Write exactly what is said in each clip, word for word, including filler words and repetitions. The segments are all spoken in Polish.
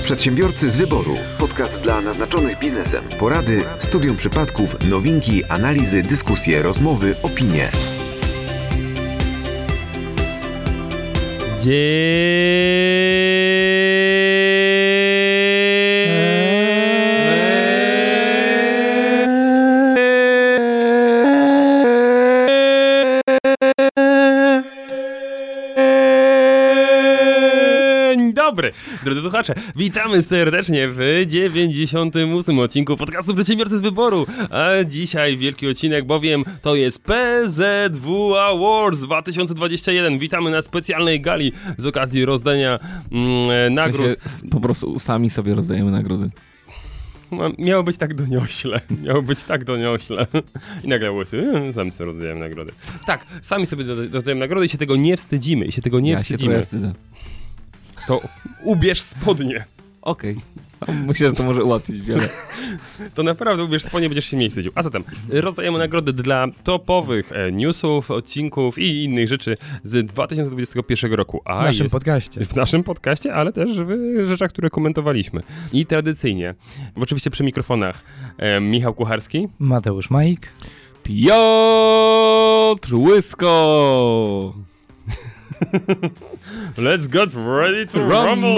Przedsiębiorcy z wyboru. Podcast dla naznaczonych biznesem. Porady, studium przypadków, nowinki, analizy, dyskusje, rozmowy, opinie. Dzień dobry, drodzy słuchacze, witamy serdecznie w dziewięćdziesiątym ósmym odcinku podcastu Przedsiębiorcy z wyboru. A dzisiaj wielki odcinek, bowiem to jest P Z W Awards dwa tysiące dwudziesty pierwszy. Witamy na specjalnej gali z okazji rozdania mm, nagród. W sensie, po prostu sami sobie rozdajemy nagrody. Miało być tak doniośle, miało być tak doniośle. I nagle łysy, hmm, sami sobie rozdajemy nagrody. Tak, sami sobie rozdajemy nagrody i się tego nie wstydzimy, i się tego nie ja wstydzimy. Ja się wstydzę. To ubierz spodnie. Okej. Okay. Myślę, że to może ułatwić wiele. To naprawdę ubierz spodnie, będziesz się mniej wstydził. A zatem rozdajemy nagrody dla topowych newsów, odcinków i innych rzeczy z dwa tysiące dwudziestego pierwszego roku. A w naszym jest podcaście. W naszym podcaście, ale też w rzeczach, które komentowaliśmy. I tradycyjnie, oczywiście przy mikrofonach e, Michał Kucharski, Mateusz Majik, Piotr Łysko. Let's get ready to rumble!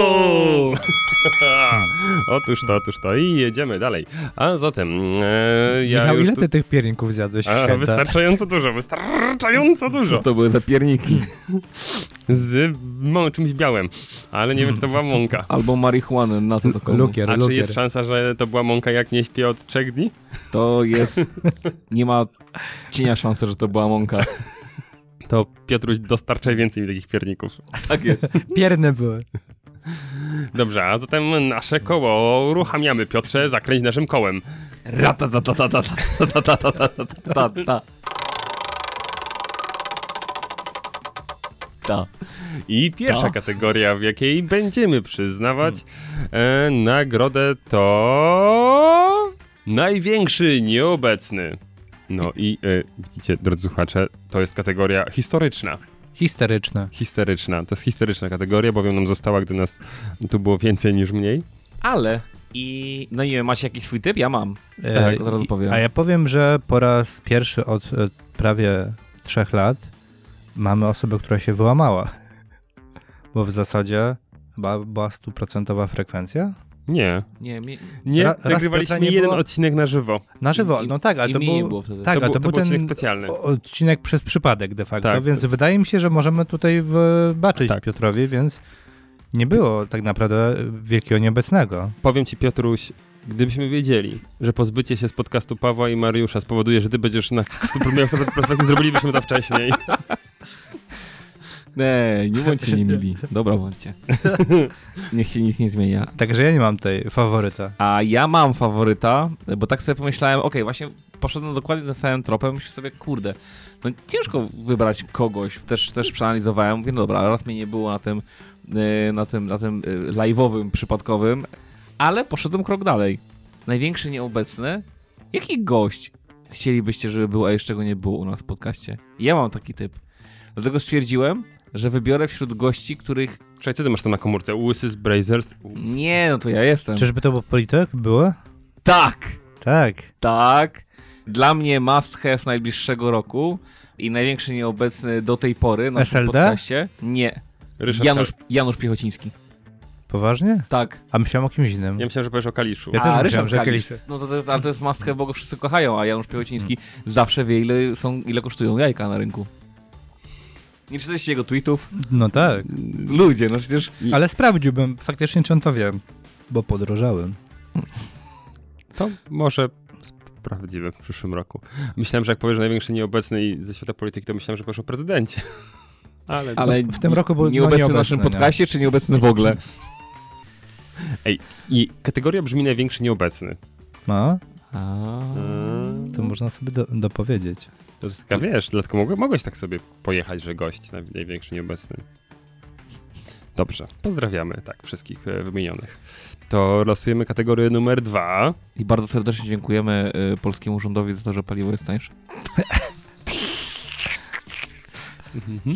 Otóż to, otóż to i jedziemy dalej. A zatem e, ja Michał, już ile tu... ty tych pierników zjadłeś w A, święta? wystarczająco dużo, wystarczająco dużo. Co to były za pierniki? Z mo- czymś białym, ale nie wiem, czy to była mąka. Albo marihuanę, na co to komu? Lukier, A lukier. czy jest szansa, że to była mąka, jak nie śpię od trzech dni? To jest... Nie ma cienia szansy, że to była mąka. To Piotruś, dostarczaj więcej mi takich pierników. Tak jest. Pierne były. Dobrze, a zatem nasze koło uruchamiamy. Piotrze, zakręć naszym kołem. Rata-ta-ta-ta-ta-ta-ta-ta-ta-ta. Ta. I pierwsza Ta. kategoria, w jakiej będziemy przyznawać e, nagrodę, to największy nieobecny. No i e, widzicie, drodzy słuchacze, to jest kategoria historyczna. Historyczne. Historyczna. To jest historyczna kategoria, bowiem nam została, gdy nas tu było więcej niż mniej. Ale i... No nie wiem, macie jakiś swój typ? Ja mam. E, Tak, od razu powiem. A ja powiem, że po raz pierwszy od e, prawie trzech lat mamy osobę, która się wyłamała. Bo w zasadzie chyba była stuprocentowa frekwencja. Nie. Nie, mi... Nie, Ra- raz nagrywaliśmy Piotra nie jeden było? odcinek na żywo. Na żywo, I- no tak, ale i to mi był, nie było wtedy. tak, To ale był- to, to był był ten odcinek specjalny. o- odcinek przez przypadek de facto, Tak. więc wydaje mi się, że możemy tutaj wybaczyć Tak. Piotrowi, więc nie było tak naprawdę wielkiego nieobecnego. Powiem ci, Piotruś, gdybyśmy wiedzieli, że pozbycie się z podcastu Pawła i Mariusza spowoduje, że ty będziesz na miał sobie pretensje, zrobilibyśmy to wcześniej. Nie, nie bądźcie niemili. Dobra, bądźcie. Niech się nic nie zmienia. Także ja nie mam tej faworyta. A ja mam faworyta, bo tak sobie pomyślałem, okej, okay, właśnie poszedłem dokładnie tym samym tropem, myślę sobie, kurde, no ciężko wybrać kogoś, też, też przeanalizowałem, mówię, no dobra, raz mnie nie było na tym, yy, na tym, na tym yy, live'owym, przypadkowym, ale poszedłem krok dalej. Największy nieobecny, jaki gość chcielibyście, żeby był, a jeszcze go nie było u nas w podcaście? Ja mam taki typ. Dlatego stwierdziłem, że wybiorę wśród gości, których... Czekaj, co ty masz tam na komórce? Łysy z Brazers? Nie, no to ja jestem. Czyżby to był polityk? Było? Tak! Tak. Tak. Dla mnie must have najbliższego roku i największy nieobecny do tej pory na S L D? podcaście. Nie. Ryszard Janusz, Kal- Janusz Piechociński. Poważnie? Tak. A myślałem o kimś innym. Ja myślałem, że powiesz o Kaliszu. Ja też myślałem, Ryszard że Kalisz. kiedyś- No to, to jest, ale to jest must have, bo go wszyscy kochają, a Janusz Piechociński zawsze wie, ile, są, ile kosztują jajka na rynku. Nie czytaliście jego tweetów? No tak. Ludzie, no przecież... Ale sprawdziłbym faktycznie, czy on to wie. Bo podrożałem. To może sprawdzimy w przyszłym roku. Myślałem, że jak powiesz, że największy nieobecny i ze świata polityki, to myślałem, że powiesz o prezydencie. Ale, Ale w tym roku był no, nieobecny w nieobecny, naszym nie? podcaście, czy nieobecny w ogóle? Ej, i kategoria brzmi największy nieobecny. No, A... Hmm. to można sobie do, dopowiedzieć. To jest taka, wiesz, dlatego mogłeś, mogłeś tak sobie pojechać, że gość naj, największy nieobecny. Dobrze, pozdrawiamy tak wszystkich e, wymienionych. To losujemy kategorię numer dwa. I bardzo serdecznie dziękujemy y, polskiemu rządowi za to, że paliwo jest tańsze. Mhm.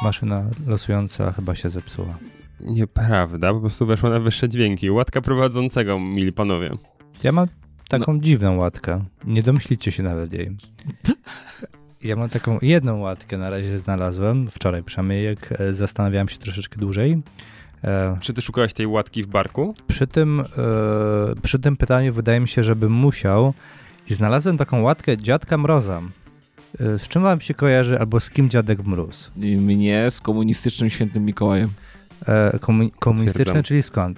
maszyna losująca chyba się zepsuła. Nieprawda, po prostu weszła na wyższe dźwięki. Łatka prowadzącego, mili panowie. Ja mam taką no. dziwną łatkę. Nie domyślicie się nawet jej. Ja mam taką jedną łatkę na razie znalazłem, wczoraj przynajmniej, jak zastanawiałem się troszeczkę dłużej. E, Czy ty szukałeś tej łatki w barku? Przy tym, e, przy tym pytaniu wydaje mi się, żebym musiał i znalazłem taką łatkę Dziadka Mroza. E, z czym wam się kojarzy albo z kim Dziadek Mróz? I mnie z komunistycznym Świętym Mikołajem. E, komu- komunistyczny, czyli skąd?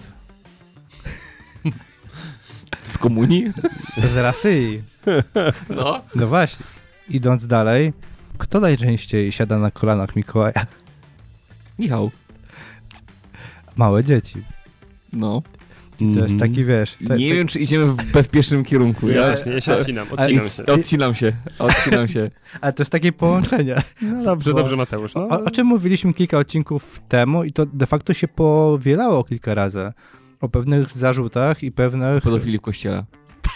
Z komunii? Z Rosji. No. No właśnie. Idąc dalej, kto najczęściej siada na kolanach Mikołaja? Michał. Małe dzieci. No. I to jest taki, wiesz... Te, nie te... wiem, czy idziemy w bezpiecznym kierunku. Ja, Ja, właśnie, ja się odcinam, odcinam się. Odcinam się, odcinam się. Ale to jest takie połączenie. No dobrze, Bo... dobrze, Mateusz. No. O, o czym mówiliśmy kilka odcinków temu i to de facto się powielało kilka razy. O pewnych zarzutach i pewnych... Pedofilii w kościele.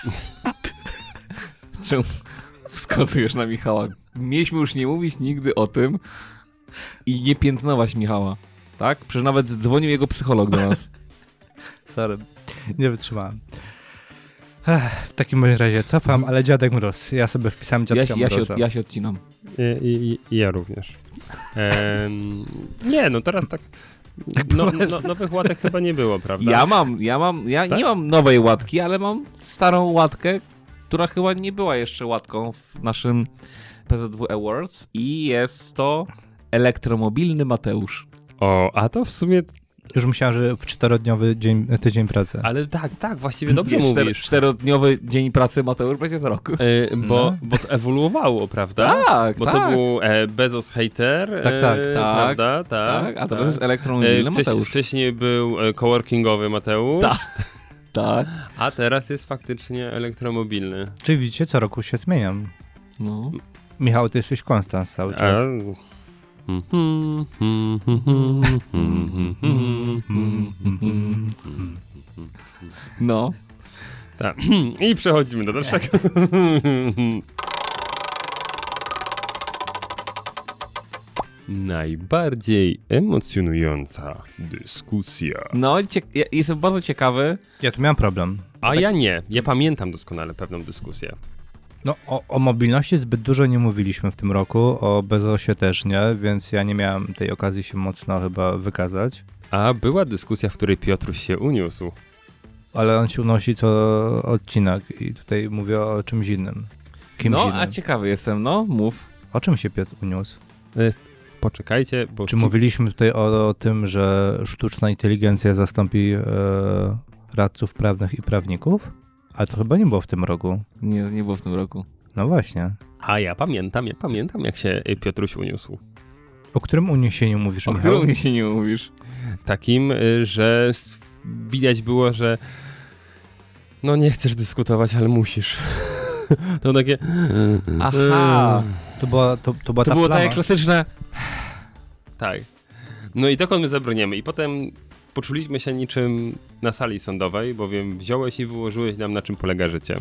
Czemu wskazujesz na Michała? Mieliśmy już nie mówić nigdy o tym i nie piętnować Michała. Tak? Przecież nawet dzwonił jego psycholog do nas. Sorry, nie wytrzymałem. Ech, w takim bądź razie cofam, ale Dziadek Mróz. Ja sobie wpisałem Ja, Dziadka się- ja, się, Mroza. od- ja się odcinam. I, i, i ja również. Ehm, nie, no teraz tak... No, no, nowych łatek chyba nie było, prawda? Ja mam, ja mam, ja Tak? nie mam nowej łatki, ale mam starą łatkę, która chyba nie była jeszcze łatką w naszym P Z W Awards i jest to elektromobilny Mateusz. O, a to w sumie... Już myślałem, że w czterodniowy dzień, tydzień pracy. Ale tak, tak, właściwie dobrze Nie, czter- mówisz. Czterodniowy dzień pracy Mateusz będzie za rok. E, bo, No. bo to ewoluowało, prawda? Tak, Bo tak. to był e, Bezos hater, Tak, tak, e, tak, prawda? Tak, tak, a to tak. jest E, elektromobilny wcześniej, Mateusz. wcześniej był e, coworkingowy Mateusz, Tak. Tak. a teraz jest faktycznie elektromobilny. Czyli widzicie, co roku się zmieniam. No. Michał, ty jesteś konstans cały A... czas. No. Tak. I przechodzimy do dalszego. Najbardziej emocjonująca dyskusja. No, cie- ja jestem bardzo ciekawy. Ja tu miałem problem. A ja nie. Ja pamiętam doskonale pewną dyskusję. No, o, o mobilności zbyt dużo nie mówiliśmy w tym roku, o Bezosie też nie, więc ja nie miałem tej okazji się mocno chyba wykazać. A była dyskusja, w której Piotruś się uniósł. Ale on się unosi co odcinek i tutaj mówię o czymś innym. Kimś No, innym. a ciekawy jestem, no, mów. O czym się Piotr uniósł? Jest. Poczekajcie, bo... Czy mówiliśmy tutaj o, o tym, że sztuczna inteligencja zastąpi e, radców prawnych i prawników? Ale to chyba nie było w tym roku. Nie, nie było w tym roku. No właśnie. A ja pamiętam, ja pamiętam, jak się y, Piotruś uniósł. O którym uniesieniu mówisz, O Michał? którym mnie się nie mówisz? Takim, y, że s- widać było, że no nie chcesz dyskutować, ale musisz. To takie... Aha. To była, to, to była To ta było plama. takie klasyczne. Tak. No i dokąd my zabroniemy? I potem poczuliśmy się niczym na sali sądowej, bowiem wziąłeś i wyłożyłeś nam, na czym polega życie.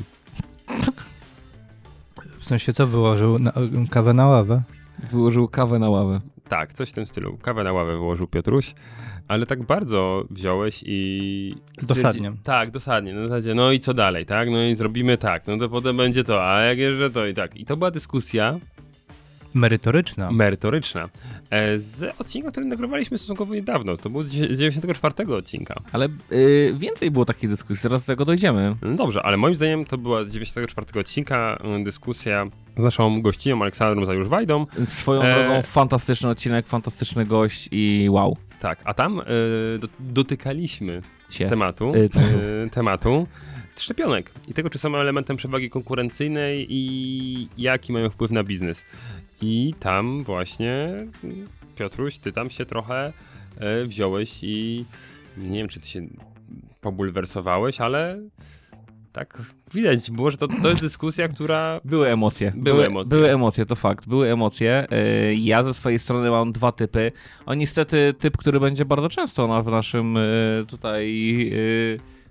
W sensie co wyłożył? Na, kawę na ławę? Wyłożył kawę na ławę. Tak, coś w tym stylu. Kawę na ławę wyłożył Piotruś, ale tak bardzo wziąłeś i... Dosadnie. Tak, dosadnie. Na zasadzie, no i co dalej, tak? No i zrobimy tak, no to potem będzie to, a jak jeszcze to i tak. I to była dyskusja Merytoryczna. merytoryczna e, z odcinka, który nagrywaliśmy stosunkowo niedawno. To był z dziewięćdziesiątego czwartego odcinka. Ale y, więcej było takich dyskusji, zaraz do tego dojdziemy. No dobrze, ale moim zdaniem to była z dziewięćdziesiątego czwartego odcinka y, dyskusja z naszą gościnią Aleksandrą Zajusz-Wajdą. Swoją E. drogą fantastyczny odcinek, fantastyczny gość i wow. Tak, a tam y, do, dotykaliśmy Się. tematu, Y, tematu. y, tematu szczepionek i tego, czy są elementem przewagi konkurencyjnej i jaki mają wpływ na biznes. I tam właśnie, Piotruś, ty tam się trochę y, wziąłeś i nie wiem, czy ty się pobulwersowałeś, ale tak widać było, że to, to jest dyskusja, która... Były emocje. Były emocje. Były emocje, to fakt. Były emocje. Yy, Ja ze swojej strony mam dwa typy. O niestety typ, który będzie bardzo często na- w naszym yy, tutaj yy,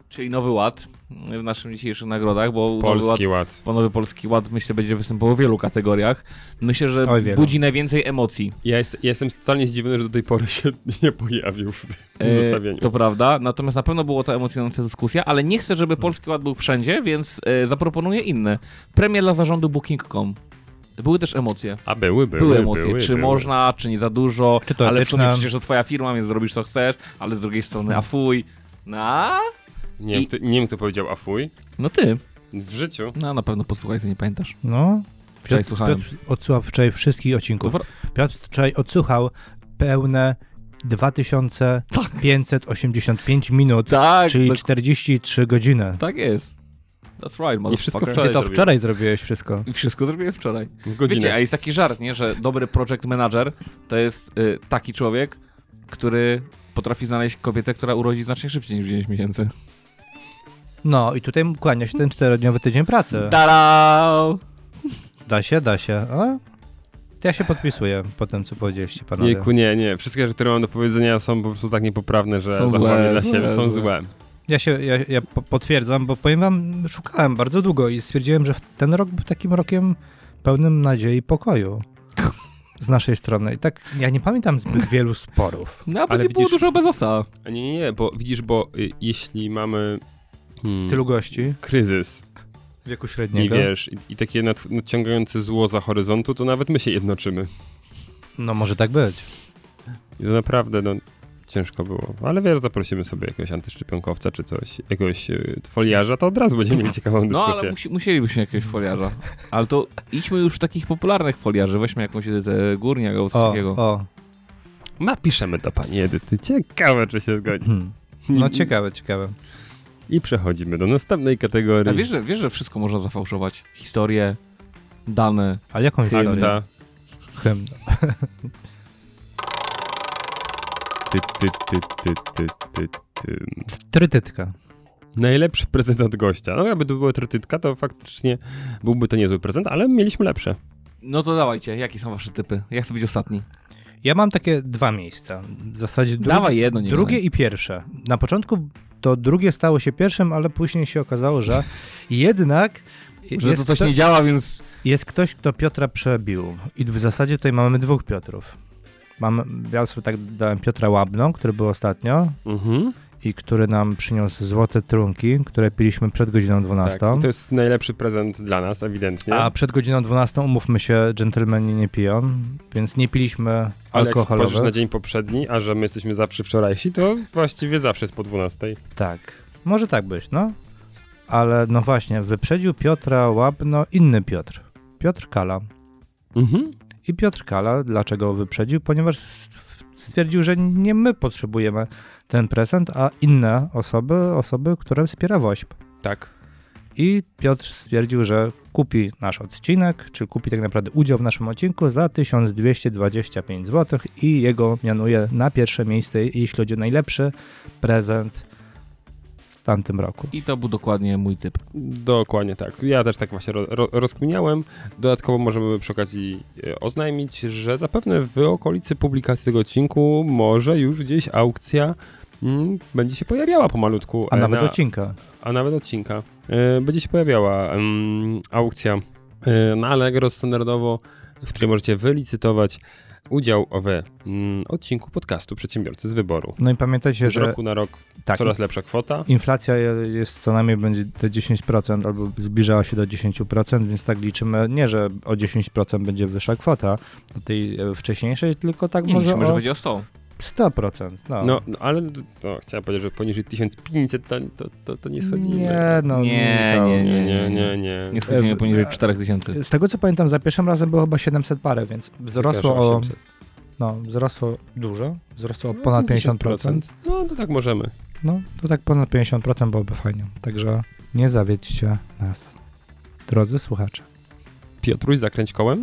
czyli Nowy Ład w naszych dzisiejszych nagrodach, bo Polski Nowy Ład, Ład. bo Nowy Polski Ład myślę będzie występował w wielu kategoriach. Myślę, że Oj, wielu. budzi najwięcej emocji. Ja, jest, ja jestem totalnie zdziwiony, że do tej pory się nie pojawił w tym E, zestawieniu. to prawda, natomiast na pewno była to emocjonująca dyskusja, ale nie chcę, żeby Polski Ład był wszędzie, więc e, zaproponuję inne. Premie dla zarządu booking kropka com. Były też emocje. A były, były, Były emocje, były, czy były. można, czy nie za dużo, Czy to ale w sumie etyczne? przecież to twoja firma, więc zrobisz co chcesz, ale z drugiej strony a fuj. No, Nie, wiem, I- kto- nie wiem, kto powiedział afuj. no ty. W życiu. No na pewno posłuchaj, co nie pamiętasz. No. Wczoraj Piotr, słuchałem. Piotr odsłuchał wczoraj wszystkich odcinków. Dobra. Piotr wczoraj odsłuchał pełne dwa tysiące pięćset osiemdziesiąt pięć minut, Tak, czyli dok- czterdzieści trzy godziny. tak jest. That's right, I wszystko motherfucker. wczoraj Ty to zrobiłem. wczoraj zrobiłeś wszystko. I wszystko zrobiłem wczoraj. W godzinę. Wiecie, a jest taki żart, nie, że dobry project manager to jest y, taki człowiek, który potrafi znaleźć kobietę, która urodzi znacznie szybciej niż dziewięć miesięcy. No i tutaj kłania się ten czterodniowy tydzień pracy. Ta-da! Da się, da się. A? To ja się podpisuję po tym, co powiedzieliście, panowie. Jejku, nie, nie. Wszystkie rzeczy, które mam do powiedzenia są po prostu tak niepoprawne, że Są zachowam je złe, dla złe, siebie. Są złe. złe. Ja się ja, ja po- potwierdzam, bo powiem wam, szukałem bardzo długo i stwierdziłem, że ten rok był takim rokiem pełnym nadziei i pokoju. Z naszej strony. I tak, ja nie pamiętam zbyt wielu sporów. No, bo Ale nie było widzisz- dużo bezosa. A nie, nie, nie, bo widzisz, bo y, jeśli mamy hmm, Tylu gości kryzys wieku i średniego. wiesz, i, i takie nad, nadciągające zło za horyzontu, to nawet my się jednoczymy. No może tak być. I to naprawdę, no, ciężko było. Ale wiesz, zaprosimy sobie jakiegoś antyszczepionkowca czy coś, jakiegoś y, foliarza, to od razu będziemy mieli ciekawą No, dyskusję. ale musi, musielibyśmy jakiegoś foliarza. Ale to idźmy już w takich popularnych foliarzy. Weźmy jakąś edytę Górniak albo coś O, takiego. o. Napiszemy do pani Edyty. Ciekawe, czy się zgodzi. Hmm. No ciekawe, ciekawe. I przechodzimy do następnej kategorii. A wiesz, że, wiesz, że wszystko można zafałszować? Historię, dane. Ale jaką historię? Akta. Hymn. Ty, ty, ty, ty, ty, ty, ty. Trytytka. Najlepszy prezent od gościa. No jakby to była trytytka, to faktycznie byłby to niezły prezent, ale mieliśmy lepsze. No to dawajcie, jakie są wasze typy? Ja chcę być ostatni. Ja mam takie dwa miejsca. W zasadzie dru- Dawaj jedno, nie drugie gadaj. i pierwsze. Na początku to drugie stało się pierwszym, ale później się okazało, że jednak Że jest, to coś kto, nie działa, więc... jest ktoś, kto Piotra przebił. I w zasadzie tutaj mamy dwóch Piotrów. Mam, ja sobie tak dałem Piotra Łabną, który był ostatnio Mhm. i który nam przyniósł złote trunki, które piliśmy przed godziną Tak. dwunastą. I to jest najlepszy prezent dla nas, ewidentnie. A przed godziną dwunastą, umówmy się, dżentelmeni nie piją, więc nie piliśmy ale jak spojrzysz alkoholowych. na dzień poprzedni, a że my jesteśmy zawsze wczorajsi, to właściwie zawsze jest po dwunastej. Tak, może tak być, no. Ale no właśnie, wyprzedził Piotra Łabno inny Piotr. Piotr Kala. Mhm. I Piotr Kala, dlaczego wyprzedził? Ponieważ stwierdził, że nie my potrzebujemy ten prezent, a inne osoby, osoby, które wspiera WOŚP. Tak. I Piotr stwierdził, że kupi nasz odcinek, czy kupi tak naprawdę udział w naszym odcinku za tysiąc dwieście dwadzieścia pięć złotych i jego mianuje na pierwsze miejsce, jeśli chodzi o najlepszy prezent w tamtym roku. I to był dokładnie mój typ. Dokładnie tak. Ja też tak właśnie ro, ro, rozkminiałem. Dodatkowo możemy przy okazji e, oznajmić, że zapewne w okolicy publikacji tego odcinku może już gdzieś aukcja mm, będzie się pojawiała pomalutku. A e, nawet na, odcinka. A nawet odcinka. E, będzie się pojawiała mm, aukcja e, na Allegro standardowo, w której możecie wylicytować udział w mm, odcinku podcastu Przedsiębiorcy z Wyboru. No i pamiętajcie, Z że roku na rok tak, coraz lepsza kwota. inflacja jest co najmniej będzie do dziesięć procent albo zbliżała się do dziesięć procent, więc tak liczymy, nie, że o dziesięć procent będzie wyższa kwota od tej e, wcześniejszej, tylko tak Nie może liczymy, że o będzie o sto. sto procent. No, No, no ale no, chciałem powiedzieć, że poniżej tysiąc pięćset to, to, to, to nie schodzimy. nie, no Nie, Michał. nie, nie, nie, nie. nie. Nie schodzimy E, poniżej e, cztery tysiące. Z tego co pamiętam, za pierwszym razem było chyba siedemset parę, więc wzrosło Też o, osiemset. no, wzrosło dużo, wzrosło o No, ponad pięćdziesiąt procent. No to tak możemy. No, to tak ponad pięćdziesiąt procent byłoby fajnie. Także nie zawiedźcie nas, drodzy słuchacze. Piotruś, zakręć kołem.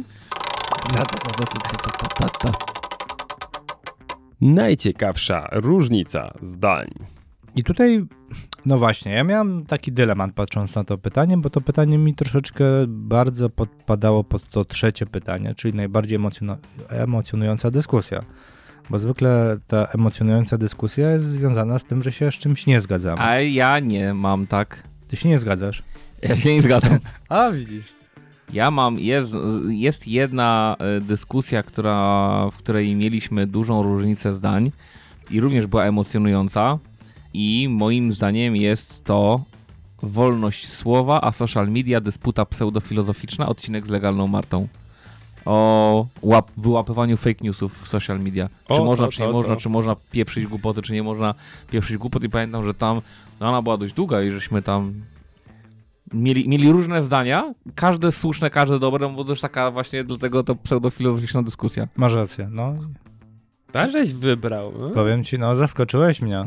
Najciekawsza różnica zdań. I tutaj, no właśnie, ja miałem taki dylemat patrząc na to pytanie, bo to pytanie mi troszeczkę bardzo podpadało pod to trzecie pytanie, czyli najbardziej emocjonu- emocjonująca dyskusja. Bo zwykle ta emocjonująca dyskusja jest związana z tym, że się z czymś nie zgadzamy. A ja nie mam tak. Ty się nie zgadzasz. Ja się nie zgadzam. A, widzisz. Ja mam, jest, jest jedna e, dyskusja, która, w której mieliśmy dużą różnicę zdań i również była emocjonująca i moim zdaniem jest to wolność słowa, a social media, dysputa pseudofilozoficzna, odcinek z legalną Martą. O łap, wyłapywaniu fake newsów w social media. Czy O, można, to, czy nie to, można, to. czy można pieprzyć głupoty, czy nie można pieprzyć głupot i pamiętam, że tam no ona była dość długa i żeśmy tam mieli, mieli różne zdania, każde słuszne, każde dobre, bo to już taka właśnie dlatego to pseudofilozoficzna dyskusja. Masz rację, no. A żeś wybrał. No? Powiem ci, no zaskoczyłeś mnie.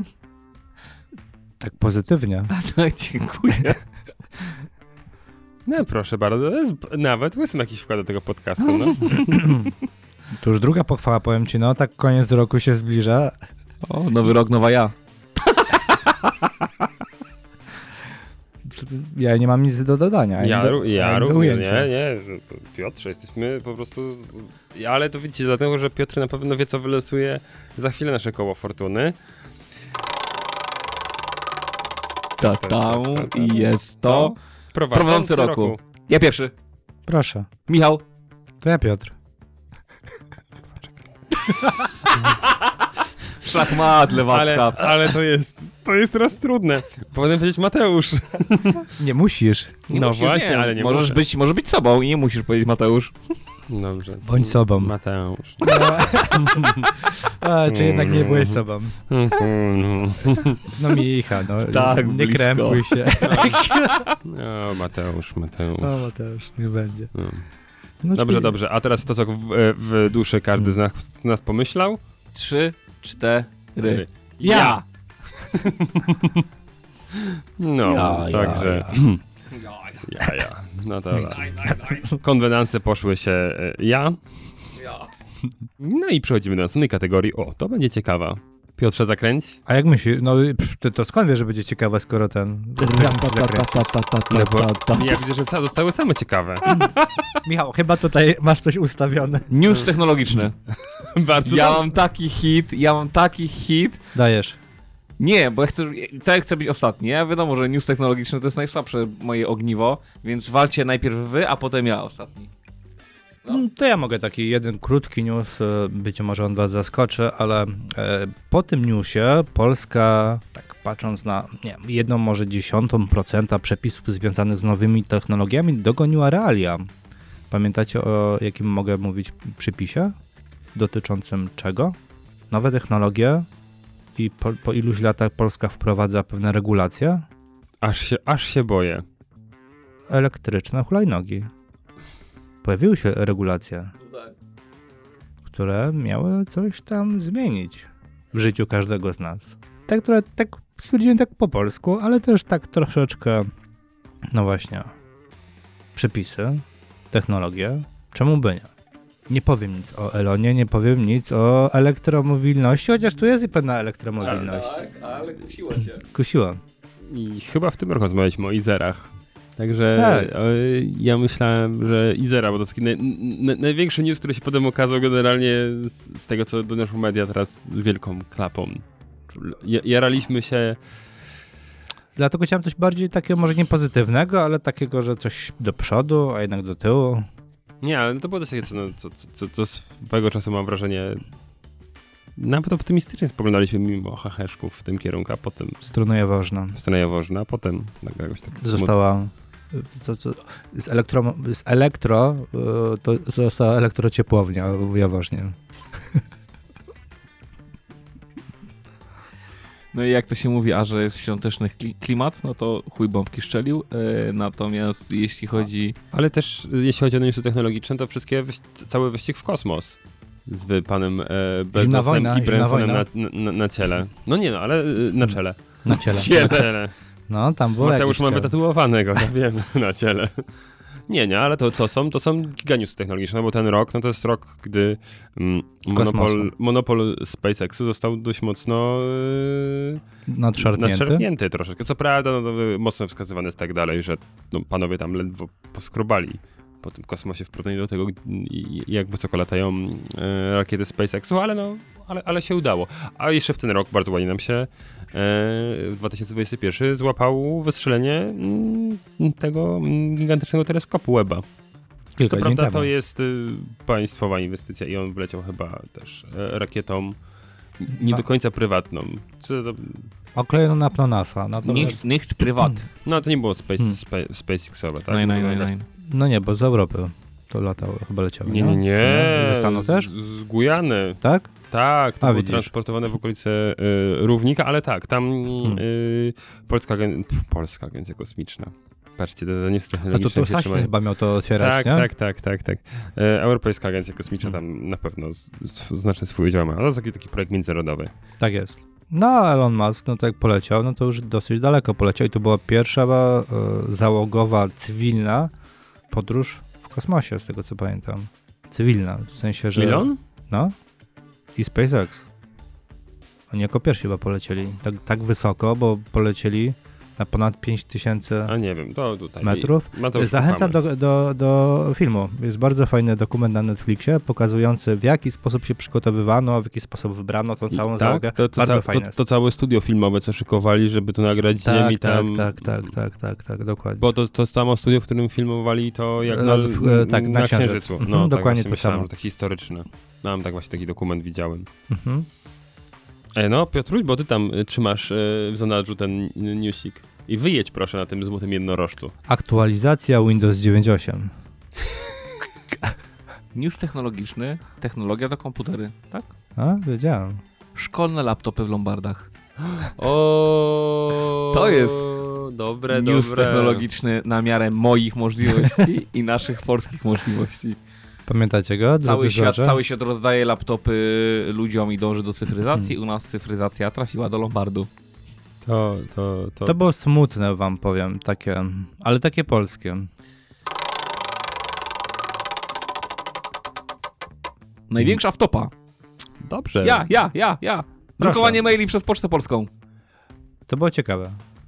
Tak pozytywnie. Dziękuję. No proszę bardzo, to jest nawet łysym jakiś wkład do tego podcastu, no. To już druga pochwała, powiem ci, no tak koniec roku się zbliża. O, nowy rok, nowa ja. Ja nie mam nic do dodania. Ja, do, ja do również, ujęcia. nie, nie, Piotrze, jesteśmy po prostu, ale to widzicie, dlatego, że Piotr na pewno wie, co wylosuje za chwilę nasze koło fortuny. Ta, tam i jest to Prowadzący, prowadzący roku. roku. Ja pierwszy. Proszę, Michał. to ja Piotr. Szachmat, lewacka. Ale, ale to jest, to jest teraz trudne. Powinienem powiedzieć Mateusz. Nie musisz. Nie No musisz, właśnie, ale nie możesz muszę. być, może być sobą i nie musisz powiedzieć Mateusz. Dobrze. Bądź sobą. Mateusz. A, czy jednak nie byłeś sobą? No, No Micha, no. Tak, nie blisko. krępuj się. no Mateusz, Mateusz. O, Mateusz, nie będzie. No. No, Dobrze, czyli- dobrze. A teraz to, co w, w duszy każdy z nas, z nas pomyślał. Trzy, cztery. Ja! No, Ja, ja, także... Ja, ja. No to konwenansy poszły się e, ja. No i przechodzimy do następnej kategorii. O, to będzie ciekawa. Piotrze, zakręć. A jak myślisz, no pff, to, to skąd wiesz, że będzie ciekawe, skoro ten... No bo ja widzę, że sa- zostały same ciekawe. Michał, chyba tutaj masz coś ustawione. News technologiczny. Bardzo Ja dobrze. mam taki hit, ja mam taki hit. Dajesz. Nie, bo ja chcę, tak jak chcę być ostatni. Ja wiadomo, że news technologiczny to jest najsłabsze moje ogniwo, więc walcie najpierw wy, a potem ja ostatni. No. No. To ja mogę taki jeden krótki news, e, być może on was zaskoczy, ale e, po tym newsie Polska, tak patrząc na nie, jedną może dziesiątą procenta przepisów związanych z nowymi technologiami, dogoniła realia. Pamiętacie, o jakim mogę mówić przypisie? Dotyczącym czego? Nowe technologie i po, po iluś latach Polska wprowadza pewne regulacje? Aż się, aż się boję. Elektryczne hulajnogi. Pojawiły się regulacje, które miały coś tam zmienić w życiu każdego z nas. Tak, które, tak stwierdziłem tak po polsku, ale też tak troszeczkę, no właśnie, przepisy, technologie. Czemu by nie? Nie powiem nic o Elonie, nie powiem nic o elektromobilności, chociaż tu jest i pewna elektromobilność. Tak, ale kusiło cię. Kusiła. I chyba w tym roku rozmawialiśmy o Izerach. Także Tak. e, ja myślałem, że Izera, bo to jest taki naj, n- największy news, który się potem okazał generalnie z, z tego, co doniosły media teraz z wielką klapą. J- jaraliśmy się. Dlatego chciałem coś bardziej takiego, może nie pozytywnego, ale takiego, że coś do przodu, a jednak do tyłu. Nie, ale to było coś takiego, co, no, co, co, co, co swego czasu mam wrażenie nawet optymistycznie spoglądaliśmy mimo heheszków w tym kierunku, a potem Struna Jaworzna. w stronę Jaworzna, a potem tak jakoś tak Została co, co, z, elektro, z elektro y, to została elektrociepłownia w Jaworznie. No i jak to się mówi, a że jest świąteczny kli- klimat, no to chuj bombki szczelił. E, natomiast jeśli chodzi... Ale też jeśli chodzi o newsy technologiczne, to wszystkie wyś- cały wyścig w kosmos z panem e, Bezosem wojna, i zimna Bransonem na, wojna. na, na ciele. No nie no, ale e, na czele. Na ciele. Na ciele. No, tam było Mateusz jakieś mamy ciało. tatuowanego, ja wiem, na ciele. Nie, nie, ale to, to są, to są giganewsy technologiczne, no bo ten rok, no to jest rok, gdy mm, monopol, Kosmosu. monopol SpaceXu został dość mocno yy, Nadszarpnięty. nadszarpnięty troszeczkę. Co prawda, no, to mocno wskazywany jest tak dalej, że no, panowie tam ledwo poskrobali po tym kosmosie w porównaniu do tego, jak wysoko latają e, rakiety SpaceXu, ale no, ale, ale się udało. A jeszcze w ten rok bardzo ładnie nam się e, w dwa tysiące dwudziestym pierwszym złapał wystrzelenie m, tego m, gigantycznego teleskopu Webba. Kilka Co dni prawda temu. to jest y, państwowa inwestycja i on wleciał chyba też e, rakietą nie No. do końca prywatną. Co to, Oklejono na Plonasa. Natomiast... Nicht, nicht prywat. no to nie było space, Hmm. spa, SpaceXowe, tak? Nein, nein, No, nein, no, nein. No nie, bo z Europy to latało, chyba leciało. Nie, nie, nie. Czy Ze Stanów też? Z, z Gujany. Tak? Tak, to A, było widzisz. transportowane w okolice y, Równika, ale tak, tam Hmm. y, Polska, Agen- Polska Agencja Kosmiczna. Patrzcie, to, to nie jest A to, technologiczne to się Sasin trzymają. chyba miał to otwierać, Tak, nie? tak, tak, tak, tak. E, Europejska Agencja Kosmiczna Hmm. tam na pewno z, z, znaczny swój udział ma. To jest taki, taki projekt międzynarodowy. Tak jest. No, a Elon Musk, no to jak poleciał, no to już dosyć daleko poleciał i to była pierwsza e, załogowa, cywilna podróż w kosmosie, z tego co pamiętam. Cywilna, w sensie, że... Milion? No. I SpaceX. Oni jako pierwsi chyba polecieli. Tak, tak wysoko, bo polecieli na ponad pięć tysięcy A nie wiem, to tutaj. metrów. Mateusz, Zachęcam ufamy. do, do, do filmu. Jest bardzo fajny dokument na Netflixie, pokazujący w jaki sposób się przygotowywano, w jaki sposób wybrano tą całą załogę. Tak, to, to, bardzo to, fajne to, jest. to całe studio filmowe, co szykowali, żeby to nagrać z ziemi tak, tam. tak, tak, tak, tak, tak, tak, dokładnie. Bo to, to samo studio, w którym filmowali to jak E, na, w- e, tak, na Księżycu. Księżycu. Mhm, No, tak dokładnie właśnie to myślałem, samo. że takie historyczne. Mam tak właśnie taki dokument widziałem. Mhm. E, no, Piotruś, bo ty tam y, trzymasz y, w zanadrzu ten y, newsik. I wyjedź proszę na tym złotym jednorożcu. Aktualizacja Windows dziewięć osiem. News technologiczny, technologia to komputery, tak? A, wiedziałem. Szkolne laptopy w lombardach. O, To jest dobre, News dobre. technologiczny na miarę moich możliwości i naszych polskich możliwości. Pamiętacie go? Cały drodzy świat, słuchacze? cały świat rozdaje laptopy ludziom i dąży do cyfryzacji. U nas cyfryzacja trafiła do lombardu. To, to, to, To było smutne, wam powiem, takie, ale takie polskie. Największa wtopa. Dobrze. Ja, ja, ja, ja. Drukowanie maili przez Pocztę Polską. To było ciekawe.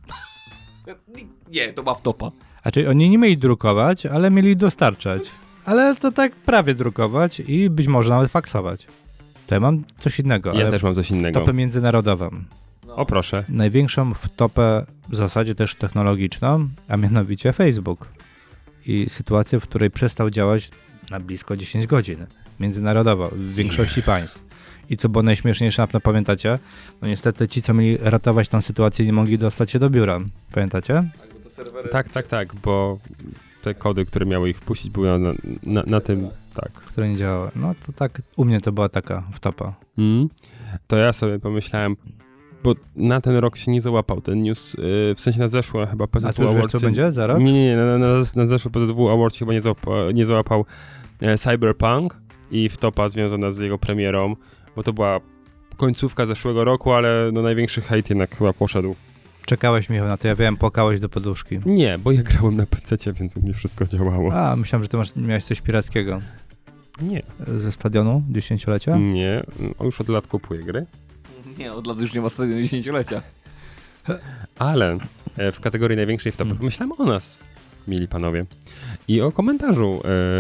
Nie, to była wtopa. A czyli oni nie mieli drukować, ale mieli dostarczać. Ale to tak prawie drukować i być może nawet faksować. To ja mam coś innego, Ja ale też mam coś innego. wtopę międzynarodową. O proszę. Największą wtopę w zasadzie też technologiczną, a mianowicie Facebook. I sytuację, w której przestał działać na blisko dziesięć godzin. Międzynarodowo, w większości państw. I co było najśmieszniejsze, na pewno pamiętacie, no niestety ci, co mieli ratować tę sytuację, nie mogli dostać się do biura. Pamiętacie? Tak, tak, tak, bo te kody, które miały ich wpuścić, były na, na, na tym, tak. Które nie działały. No to tak, u mnie to była taka wtopa. Mm. To ja sobie pomyślałem, bo na ten rok się nie załapał ten news, yy, w sensie na zeszłe chyba P Z W A ty już wiesz, Awards. co będzie za rok? Nie, nie, nie, na, na, na zeszłe P Z W Awards chyba nie załapał, nie załapał e, Cyberpunk i wtopa związana z jego premierą, bo to była końcówka zeszłego roku, ale no największy hejt jednak chyba poszedł. Czekałeś, Michał, na to, ja wiem, płakałeś do poduszki. Nie, bo ja grałem na pececie, więc u mnie wszystko działało. A, myślałem, że ty masz, miałeś coś pirackiego. Nie. Ze stadionu dziesięciolecia? Nie, o, już od lat kupuję gry, Nie, od lat już nie ma stadionu dziesięciolecia. ale e, w kategorii największej wtopy Hmm. pomyślałem o nas, mili panowie, i o komentarzu.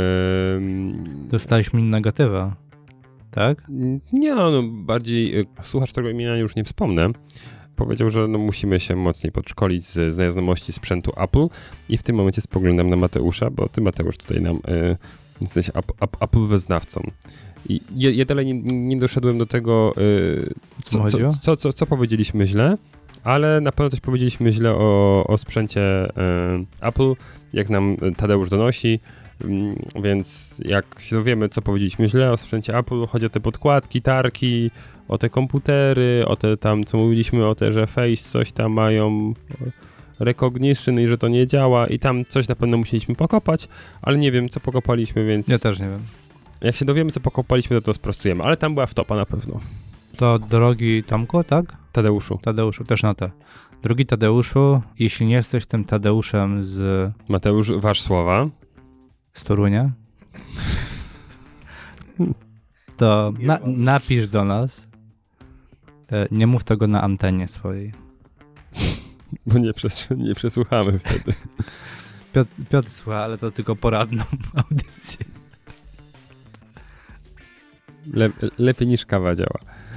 E, Dostaliśmy negatywa, tak? nie no, no bardziej e, słuchacz, którego imienia już nie wspomnę, powiedział, że no, musimy się mocniej podszkolić z znajomości sprzętu Apple i w tym momencie spoglądam na Mateusza, bo ty, Mateusz, tutaj nam e, jesteś ap, ap, Apple wyznawcą. I ja, ja dalej nie, nie doszedłem do tego, e, Co co, chodziło? co, co, co, co powiedzieliśmy źle, ale na pewno coś powiedzieliśmy źle o, o sprzęcie e, Apple, jak nam Tadeusz donosi, mm, więc jak się dowiemy, co powiedzieliśmy źle o sprzęcie Apple, chodzi o te podkładki, tarki, o te komputery, o te tam, co mówiliśmy, o te, że Face coś tam mają recognition i że to nie działa i tam coś na pewno musieliśmy pokopać, ale nie wiem, co pokopaliśmy, więc Ja też nie wiem. jak się dowiemy, co pokopaliśmy, to to sprostujemy, ale tam była wtopa na pewno. To drogi Tomku, tak? Tadeuszu, Tadeuszu, też na te. Drogi Tadeuszu, jeśli nie jesteś tym Tadeuszem z, Mateusz, wasz słowa. z Torunia, to na, napisz do nas. E, Nie mów tego na antenie swojej. Bo nie, przes- nie przesłuchamy wtedy. Piotr, Piotr słucha, ale to tylko poradną audycję. Le, lepiej niż kawa działa.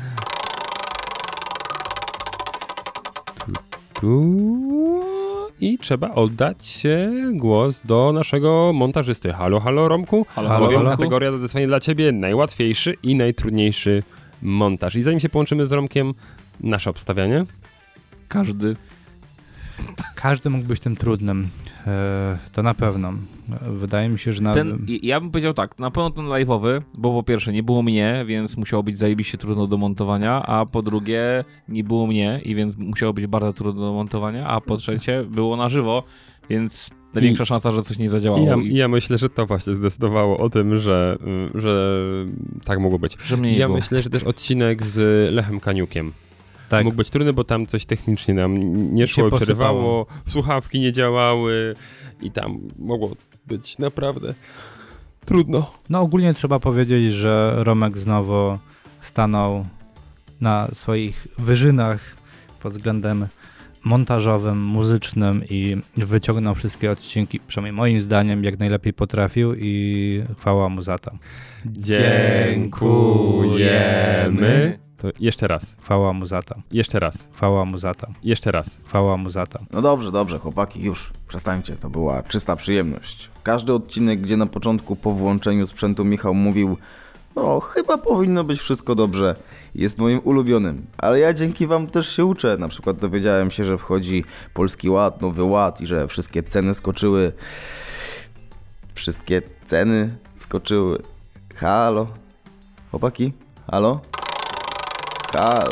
Tu, tu. I trzeba oddać głos do naszego montażysty. Halo, halo Romku. Halo, halo, Bowiem halo. kategoria to zdecydowanie dla ciebie najłatwiejszy i najtrudniejszy montaż. I zanim się połączymy z Romkiem, nasze obstawianie. Każdy. Każdy mógł być tym trudnym. E, to na pewno. Wydaje mi się, że nawet... Ten, ja bym powiedział tak, na pewno ten live'owy, bo po pierwsze nie było mnie, więc musiało być zajebiście trudno do montowania, a po drugie nie było mnie i więc musiało być bardzo trudno do montowania, a po trzecie było na żywo, więc największa I, szansa, że coś nie zadziałało. Ja, i, ja myślę, że to właśnie zdecydowało o tym, że, że tak mogło być. że mnie nie Ja było. myślę, że też odcinek z Lechem Kaniukiem Tak. mógł być trudny, bo tam coś technicznie nam nie Się szło, posypało. przerywało, słuchawki nie działały i tam mogło być naprawdę trudno. No ogólnie trzeba powiedzieć, że Romek znowu stanął na swoich wyżynach pod względem montażowym, muzycznym i wyciągnął wszystkie odcinki, przynajmniej moim zdaniem, jak najlepiej potrafił i chwała mu za to. Dziękujemy. To jeszcze raz, Chwała mu za to. jeszcze raz, Chwała mu za to. jeszcze raz. Chwała mu za to. No dobrze, dobrze, chłopaki, już, przestańcie, to była czysta przyjemność. Każdy odcinek, gdzie na początku po włączeniu sprzętu Michał mówił, no chyba powinno być wszystko dobrze, jest moim ulubionym, ale ja dzięki wam też się uczę. Na przykład dowiedziałem się, że wchodzi Polski Ład, Nowy Ład i że wszystkie ceny skoczyły. Wszystkie ceny skoczyły. Halo? Chłopaki? Halo? Halo?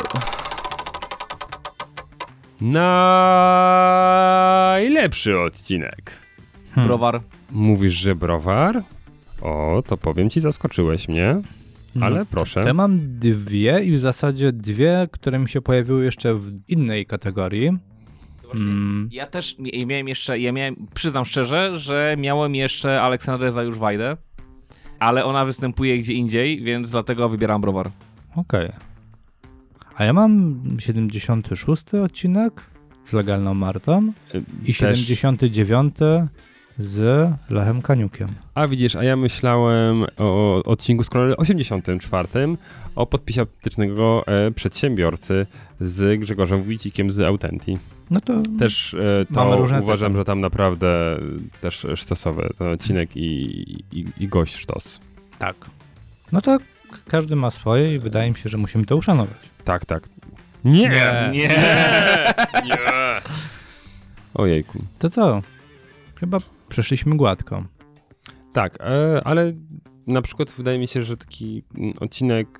Najlepszy odcinek. Hmm. Browar. Mówisz, że browar? O, to powiem ci, zaskoczyłeś mnie, ale No, proszę. To ja mam dwie i w zasadzie dwie, które mi się pojawiły jeszcze w innej kategorii. Mm, Ja też mia- miałem jeszcze, ja miałem, przyznam szczerze, że miałem jeszcze Aleksandrę Zajusz-Wajdę, ale ona występuje gdzie indziej, więc dlatego wybieram Browar. Okej. A ja mam siedemdziesiąty szósty odcinek z Legalną Martą i Też. siedemdziesiąty dziewiąty z Lechem Kaniukiem. A widzisz, a ja myślałem o odcinku z kolei osiemdziesiątym czwartym o podpisie autentycznego e, przedsiębiorcy z Grzegorzem Wójcikiem z Autenti. No to Też e, Mamy to różne uważam, typy. że tam naprawdę też sztosowy ten odcinek i, i, i gość sztos. tak. No to każdy ma swoje i wydaje mi się, że musimy to uszanować. Tak, tak. Nie, Nie. nie, nie. Ojejku. To co? Chyba przeszliśmy gładko. Tak, e, ale na przykład wydaje mi się, że taki mm, odcinek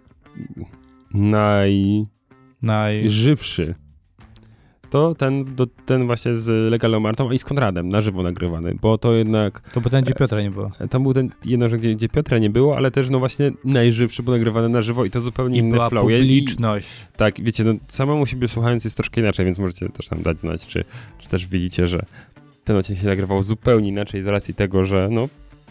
najżywszy Naj... to ten, do, ten właśnie z Legalną Martą i z Konradem na żywo nagrywany, bo to jednak To bo ten, gdzie Piotra nie było. tam był ten jedno, że gdzie, gdzie Piotra nie było, ale też no właśnie najżywszy, bo nagrywany na żywo i to zupełnie I inny była flow. Ja- i- publiczność. Tak, wiecie, no samemu siebie słuchając jest troszkę inaczej, więc możecie też nam dać znać, czy, czy też widzicie, że ten odcinek się nagrywał zupełnie inaczej z racji tego, że no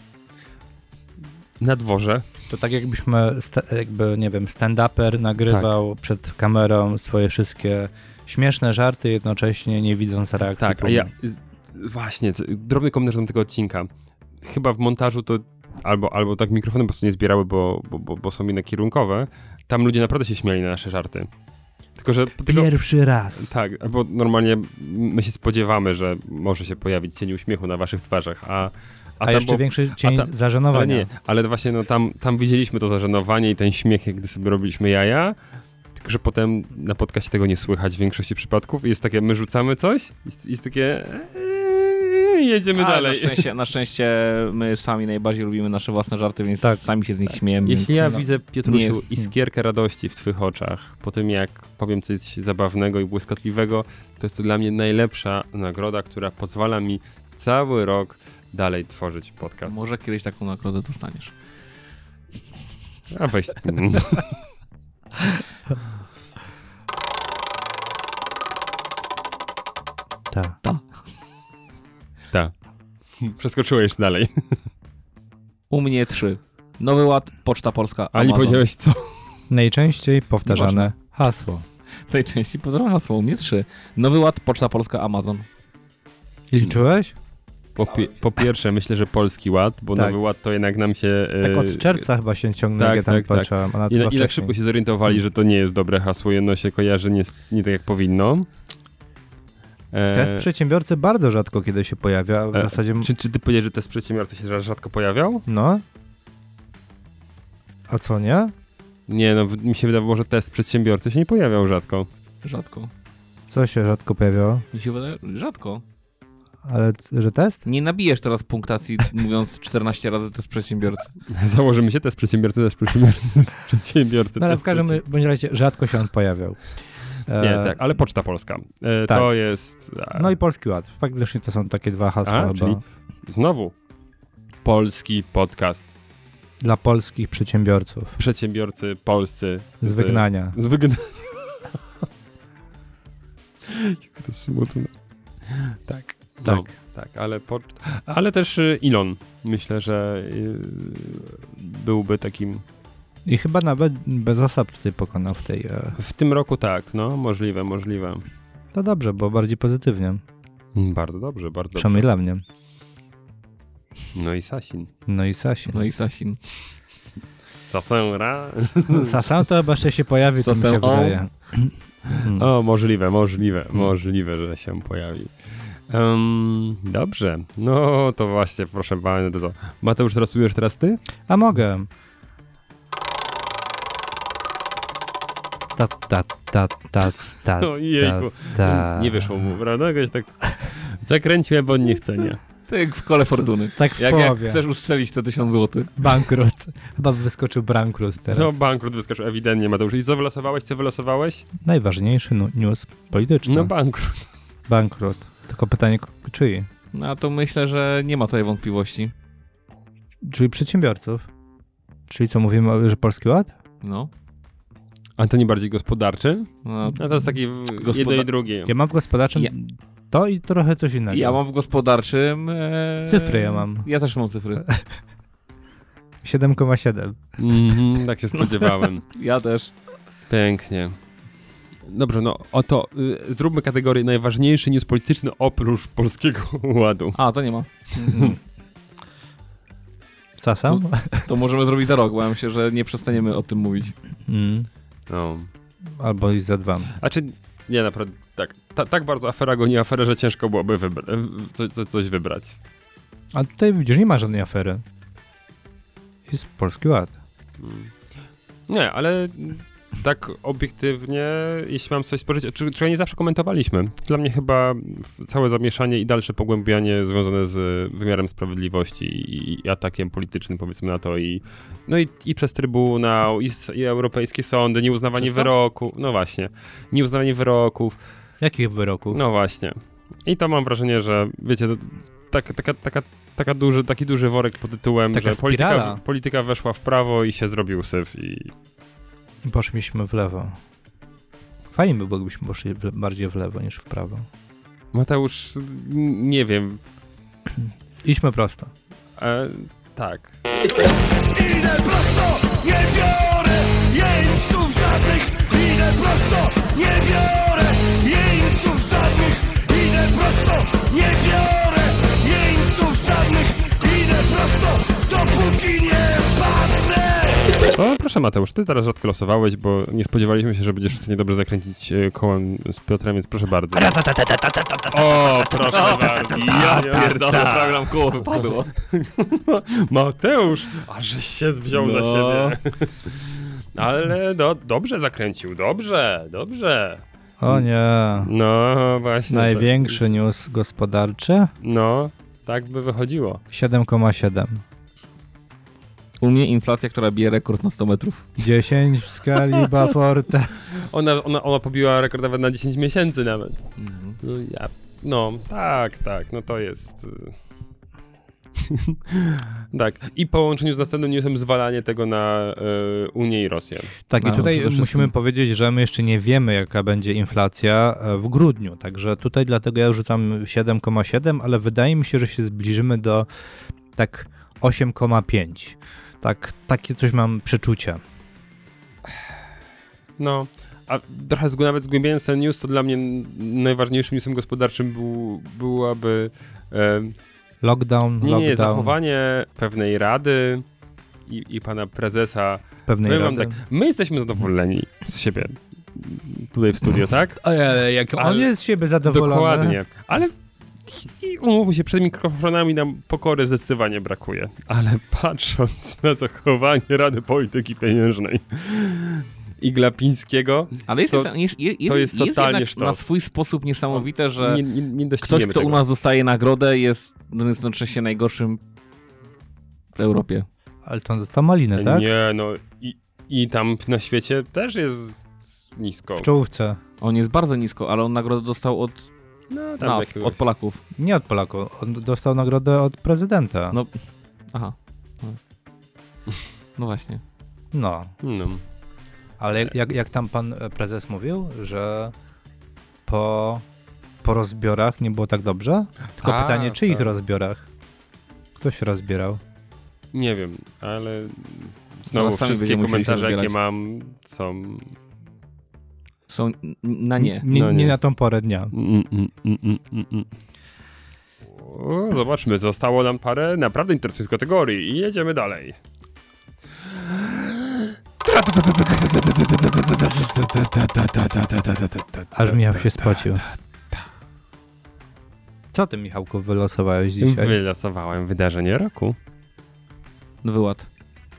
na dworze. To tak jakbyśmy, sta- jakby, nie wiem, stand-uper nagrywał przed kamerą swoje wszystkie śmieszne żarty, jednocześnie nie widząc reakcji Tak, a tłumu. ja z- właśnie, c- drobny komentarz do tego odcinka. Chyba w montażu to albo, albo tak mikrofony po prostu nie zbierały, bo, bo, bo, bo są inne kierunkowe. Tam ludzie naprawdę się śmiali na nasze żarty. Tylko, że tylko, Pierwszy raz. tak, bo normalnie my się spodziewamy, że może się pojawić cień uśmiechu na waszych twarzach, a A, A, tam jeszcze było- większy cień a ta- zażenowania. ale nie, ale właśnie no, tam, tam widzieliśmy to zażenowanie i ten śmiech, jak gdy sobie robiliśmy jaja, tylko że potem na podcaście tego nie słychać w większości przypadków i jest takie, my rzucamy coś i jest, jest takie eee, jedziemy Ale dalej. Na szczęście, na szczęście my sami najbardziej lubimy nasze własne żarty, więc Tak. sami się z nich śmiejemy. Jeśli więc, ja no. widzę, nie Piotrusiu, jest- iskierkę radości w twych oczach, po tym jak powiem coś zabawnego i błyskotliwego, to jest to dla mnie najlepsza nagroda, która pozwala mi cały rok dalej tworzyć podcast. Może kiedyś taką nagrodę dostaniesz. A weź spin. Tak. Tak. Przeskoczyłeś dalej. U mnie trzy. Nowy Ład, Poczta Polska, A nie Amazon. powiedziałeś co? Najczęściej powtarzane hasło. Najczęściej pozdrawiam hasło, u mnie trzy. Nowy Ład, Poczta Polska, Amazon. I liczyłeś? Po, pi- po pierwsze, myślę, że Polski Ład, bo Tak. Nowy Ład to jednak nam się... e, Tak od czerwca chyba się ciągnie, tak, jak ja tam tak, tak. patrzyłem. a na to I, chyba I tak wcześniej. szybko się zorientowali, że to nie jest dobre hasło i ono się kojarzy nie, nie tak jak powinno. E, Test przedsiębiorcy bardzo rzadko kiedy się pojawia. W E, zasadzie... czy, czy ty powiedziesz, że test przedsiębiorcy się rzadko pojawiał? No. A co, nie? Nie, no w- mi się wydawało, że test przedsiębiorcy się nie pojawiał rzadko. Rzadko. Co się rzadko pojawiało? Mi się wydaje, rzadko. Ale c- że test? Nie nabijesz teraz punktacji mówiąc czternaście razy test przedsiębiorcy. Założymy się test przedsiębiorcy, test przedsiębiorcy, test przedsiębiorcy. No ale test w każdym przedsiębiorcy. bądź razie rzadko się on pojawiał. E, Nie, tak, ale Poczta Polska. E, tak. To jest... A, No i Polski Ład. Faktycznie to są takie dwa hasła A, chyba. czyli znowu polski podcast. Dla polskich przedsiębiorców. Przedsiębiorcy polscy. Z wygnania. Z wygnania. Jak to smutne. Tak. No, Tak. tak, ale, po, ale też y, Elon. Myślę, że y, byłby takim... I chyba nawet bez osób tutaj pokonał w tej... E... W tym roku tak, no, możliwe, możliwe. To dobrze, bo bardziej pozytywnie. Mm, Bardzo dobrze, bardzo dobrze. Przynajmniej dla mnie. No i Sasin. No i Sasin. No i Sasin. Sasera. Sasam to chyba jeszcze się pojawi, to mi się Sasam, o. wydaje. Hmm. O, możliwe, możliwe, możliwe, że się pojawi. Um, dobrze, no to właśnie, proszę bardzo. Mateusz, rysujesz teraz ty? A mogę. Ta, ta, ta, ta, ta, Ojejku, ta, ta. nie wyszło mu, prawda? Jakoś tak zakręciłem, bo on nie chce, nie. To jak w kole fortuny. Tak w Jak, jak połowie. chcesz ustrzelić te tysiąc złotych. Bankrut. Chyba by wyskoczył bankrut teraz. No bankrut wyskoczył, ewidentnie, Mateusz. I co wylosowałeś, co wylosowałeś? Najważniejszy nu- news polityczny. No bankrut. Bankrut. Tylko pytanie, k- czyj? No a to myślę, że nie ma tutaj wątpliwości. Czyli przedsiębiorców. Czyli co, mówimy, o- że Polski Ład? No. A to nie bardziej gospodarczy? no No to jest taki w- Gospoda- jedno i drugie. Ja mam w gospodarczym Ja- to i trochę coś innego. ja mam w gospodarczym... E... Cyfry ja mam. Ja też mam cyfry. siedem przecinek siedem. Mhm, tak się spodziewałem. Ja też. Pięknie. Dobrze, no oto y, zróbmy kategorię najważniejszy news polityczny oprócz Polskiego Ładu. A, to nie ma. Sasam? To możemy zrobić za rok, bo ja myślę, że nie przestaniemy o tym mówić. Mm. No. Albo i za dwa. A czy nie, naprawdę tak, ta, tak bardzo afera goni aferę, że ciężko byłoby wybra- co, co, coś wybrać. A tutaj widzisz, nie ma żadnej afery. Jest Polski Ład. Mm. Nie, ale tak obiektywnie, jeśli mam coś spożyć, czy, czego nie zawsze komentowaliśmy. Dla mnie chyba całe zamieszanie i dalsze pogłębianie związane z wymiarem sprawiedliwości i, i atakiem politycznym, powiedzmy na to, i no i, i przez Trybunał, i, s- i europejskie sądy, nieuznawanie Przez co? wyroku, no właśnie, nieuznawanie wyroków, Jakich wyroków? no właśnie. I to mam wrażenie, że wiecie, to, tak, taka, taka, taka duży, taki duży worek pod tytułem, Taka że polityka, spirala. polityka weszła w prawo i się zrobił syf i I poszliśmy w lewo. Fajnie by było, gdybyśmy poszli w, bardziej w lewo niż w prawo. Mateusz, n- nie wiem, Idźmy prosto. e, tak. Idę prosto, nie biorę jeńców żadnych. Idę prosto, nie biorę jeńców żadnych. Idę prosto, nie biorę jeńców żadnych. Idę prosto, dopóki nie padnę. O, proszę Mateusz, ty teraz rzadko losowałeś, bo nie spodziewaliśmy się, że będziesz w stanie dobrze zakręcić e, kołem z Piotrem, więc proszę bardzo. O, proszę bardzo. Ja pierdolę, prawie nam koło wypadło. Mateusz, aż żeś się wziął za No. siebie. Ale do, dobrze zakręcił, dobrze, dobrze. O nie. No, właśnie. Największy news gospodarczy? Tak. No, tak by wychodziło. siedem przecinek siedem. U mnie inflacja, która bije rekord na sto metrów. dziesięć w skali Baforta. Ona, ona, ona pobiła rekord nawet na dziesięć miesięcy nawet. No, ja, no tak, tak, no to jest... y, tak, i w połączeniu z następnym newsem zwalanie tego na y, Unię i Rosję. Tak, No, i tutaj przede wszystkim. musimy powiedzieć, że my jeszcze nie wiemy, jaka będzie inflacja e, w grudniu. Także tutaj dlatego ja rzucam siedem przecinek siedem, ale wydaje mi się, że się zbliżymy do tak osiem przecinek pięć. Tak, takie coś mam przeczucie. No, a trochę zg- nawet zgłębiając ten news, to dla mnie n- najważniejszym newsem gospodarczym był, byłaby e, Lockdown, Nie, lockdown, nie, zachowanie pewnej rady i, i pana prezesa. pewnej Powiem wam rady. tak, my jesteśmy zadowoleni z siebie tutaj w studio, tak? Ale jak on Ale- jest z siebie zadowolony. Dokładnie, ale i umówmy się, przed mikrofonami nam pokory zdecydowanie brakuje. Ale patrząc na zachowanie Rady Polityki Pieniężnej i Glapińskiego, Ale jest, To- jest, jest, jest, to jest totalnie jednak sztos. na swój sposób niesamowite, że nie, nie, nie ktoś, dościgniemy kto tego. u nas dostaje nagrodę, jest no, jednocześnie najgorszym w Europie. Ale to on dostał malinę, tak? Nie, no i, i tam na świecie też jest nisko. W czołówce. On jest bardzo nisko, ale on nagrodę dostał od No, tam nas, jakiegoś- od Polaków. Nie od Polaków. On dostał nagrodę od prezydenta. No. Aha. No, no właśnie. No. No. Ale jak, jak, jak tam pan e, prezes mówił, że po, po rozbiorach nie było tak dobrze? Tylko Tak, pytanie, czyich tak. rozbiorach? Kto się rozbierał? Nie wiem, ale znowu Zaraz sami wszystkie będziemy musieli się komentarze, jakie rozbierać. mam, są... Są n- na nie. Nie, No nie. nie. na tą porę dnia. Mm, mm, mm, mm, mm, mm. O, zobaczmy, zostało nam parę naprawdę interesujących kategorii i jedziemy dalej. Aż Michał się spocił. Co ty, Michałku, wylosowałeś dzisiaj? Wylosowałem wydarzenie roku. Wyład.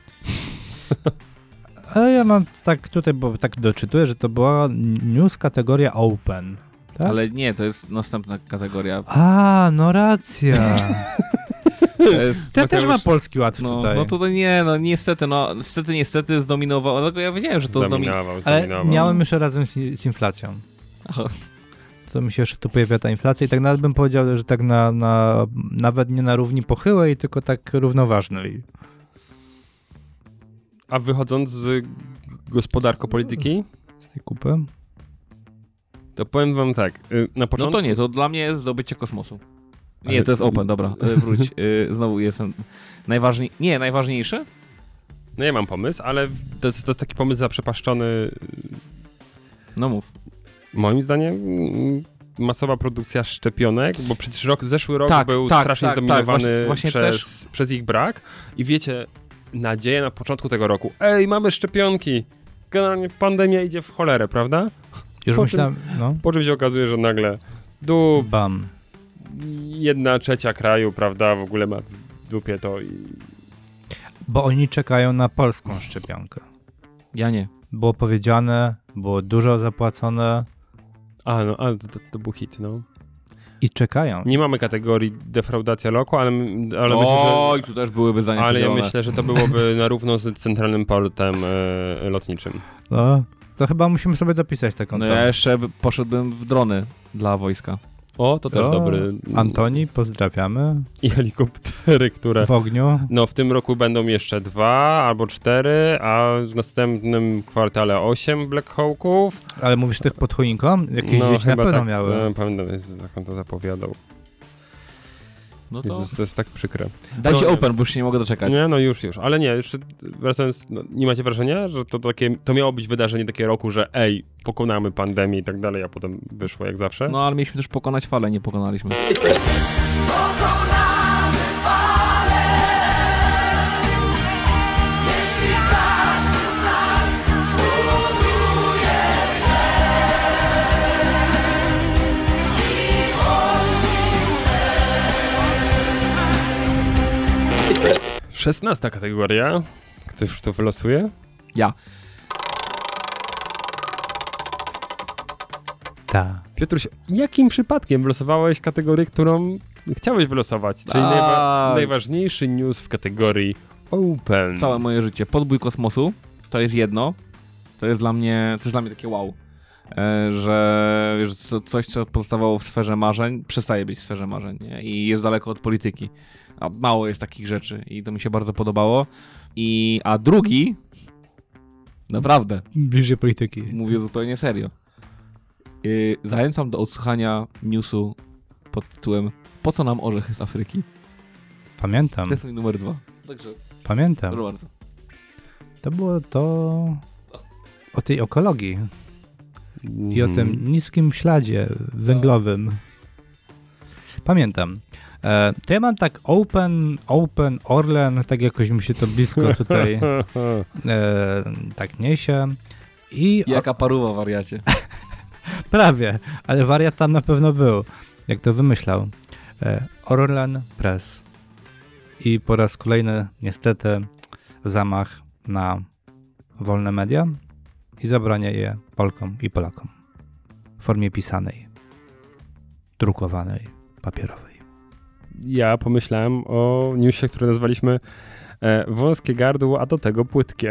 Ale ja mam tak tutaj, bo tak doczytuję, że to była news kategoria Open. Tak? Ale nie, to jest następna kategoria. A, no racja. To jest, Ten też ma Mateusz- polski ład no, tutaj. no to nie, no niestety, no niestety, niestety zdominował, ale ja wiedziałem, że to zdominował. Zdominował, Ale zdominował. miałem jeszcze razem z, z inflacją. To mi się jeszcze tu pojawia ta inflacja i tak nawet bym powiedział, że tak na, na nawet nie na równi pochyłej, tylko tak równoważnej. A wychodząc z g- gospodarko-polityki, Z tej kupy. to powiem wam tak, y, na No początku... to nie, to dla mnie jest zdobycie kosmosu. Nie, Ale- to jest open, dobra, y, wróć. Y, Znowu jestem najważniej, nie, najważniejszy? No ja mam pomysł, ale to jest, to jest taki pomysł zaprzepaszczony, y, No mów. moim zdaniem, mm, masowa produkcja szczepionek, bo przecież rok, zeszły rok Tak, był tak, strasznie tak, tak, zdominowany właśnie- właśnie przez, przez ich brak i wiecie, nadzieja na początku tego roku, ej, mamy szczepionki, generalnie pandemia idzie w cholerę, prawda? Już Po myślałem, no. Po czym się okazuje, że nagle du, Bam. jedna trzecia kraju, prawda, w ogóle ma w dupie to i... Bo oni czekają na polską szczepionkę. Ja nie. Było powiedziane, było dużo zapłacone A, no, ale to, to, to był hit, no. i czekają. Nie mamy kategorii defraudacja roku, ale, ale myślę, Oj, że... tu też byłyby zdania Ale ja podzielone. myślę, że to byłoby na równo z centralnym portem e, lotniczym. No, to chyba musimy sobie dopisać taką No tabelę. ja jeszcze by- poszedłbym w drony dla wojska. O, to też O, dobry. Antoni, pozdrawiamy. I helikoptery, które... W ogniu. No w tym roku będą jeszcze dwa albo cztery, a w następnym kwartale osiem Black Hawków. Ale mówisz tych pod choinką? Jakieś no, dzieci na chyba pewno tak, miały. No, pamiętam, Jezus, jak on to zapowiadał. No to Jezus, to jest tak przykre. dajcie no, open, bo już się nie mogę doczekać. Nie, no już, już. Ale nie, jeszcze wracając, no, nie macie wrażenia, że to takie, to miało być wydarzenie takie roku, że ej, pokonamy pandemię i tak dalej, a potem wyszło jak zawsze? No ale mieliśmy też pokonać falę, nie pokonaliśmy. Szesnasta kategoria. Ktoś już to wylosuje? Ja. Tak. Piotruś, jakim przypadkiem wylosowałeś kategorię, którą chciałeś wylosować? Czyli A. najwa- najważniejszy news w kategorii Open. Całe moje życie. Podbój kosmosu, to jest jedno. To jest dla mnie, to jest dla mnie takie wow. E, że wiesz, to coś, co pozostawało w sferze marzeń, przestaje być w sferze marzeń, nie? I jest daleko od polityki. A mało jest takich rzeczy i to mi się bardzo podobało. I, a drugi, naprawdę, Bliżej polityki. mówię zupełnie serio. Yy, zachęcam do odsłuchania newsu pod tytułem Po co nam orzechy z Afryki? Pamiętam, To jest mój numer dwa. Także, pamiętam. proszę bardzo. To było to o tej ekologii i o Mhm. tym niskim śladzie węglowym. Pamiętam. E, to ja mam tak Open, Open, Orlen, tak jakoś mi się to blisko tutaj e, tak niesie. I Jaka paruwa, wariacie. prawie, ale wariat tam na pewno był. Jak to wymyślał? E, Orlen Press. I po raz kolejny niestety zamach na wolne media i zabranie je Polkom i Polakom w formie pisanej, drukowanej, papierowej. Ja pomyślałem o newsie, które nazwaliśmy e, wąskie gardło, a do tego płytkie.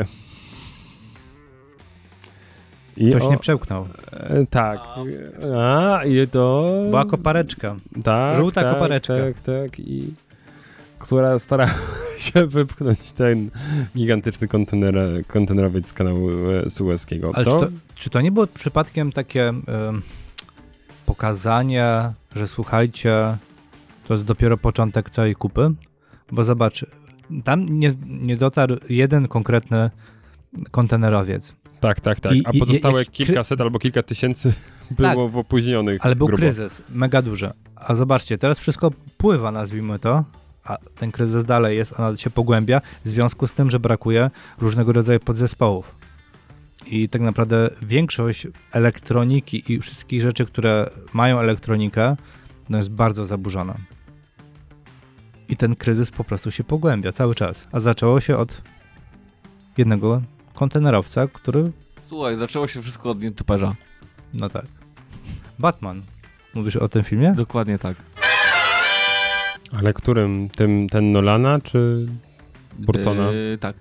I Ktoś o, nie przełknął. e, tak. A, i to... Była kopareczka. Tak, żółta tak, kopareczka. Tak, tak. I która starała się wypchnąć ten gigantyczny kontener, kontenerowiec z kanału e, Suezkiego. Ale to... czy, to, czy to nie było przypadkiem takie y, pokazanie, że słuchajcie, to jest dopiero początek całej kupy? Bo zobacz, tam nie, nie dotarł jeden konkretny kontenerowiec. Tak, tak, tak. I- A i- pozostałe jak- kilkaset albo kilka tysięcy było w opóźnionych Ale był grubo. kryzys, mega duży. A zobaczcie, teraz wszystko pływa, nazwijmy to, a ten kryzys dalej jest, a nawet się pogłębia, w związku z tym, że brakuje różnego rodzaju podzespołów. I tak naprawdę większość elektroniki i wszystkich rzeczy, które mają elektronikę, no jest bardzo zaburzona. I ten kryzys po prostu się pogłębia cały czas. A zaczęło się od jednego kontenerowca, który, Słuchaj, zaczęło się wszystko od nietoperza. no tak, Batman. Mówisz o tym filmie? Dokładnie tak. Ale którym? Tym, ten Nolana czy Burtona? Yy, tak.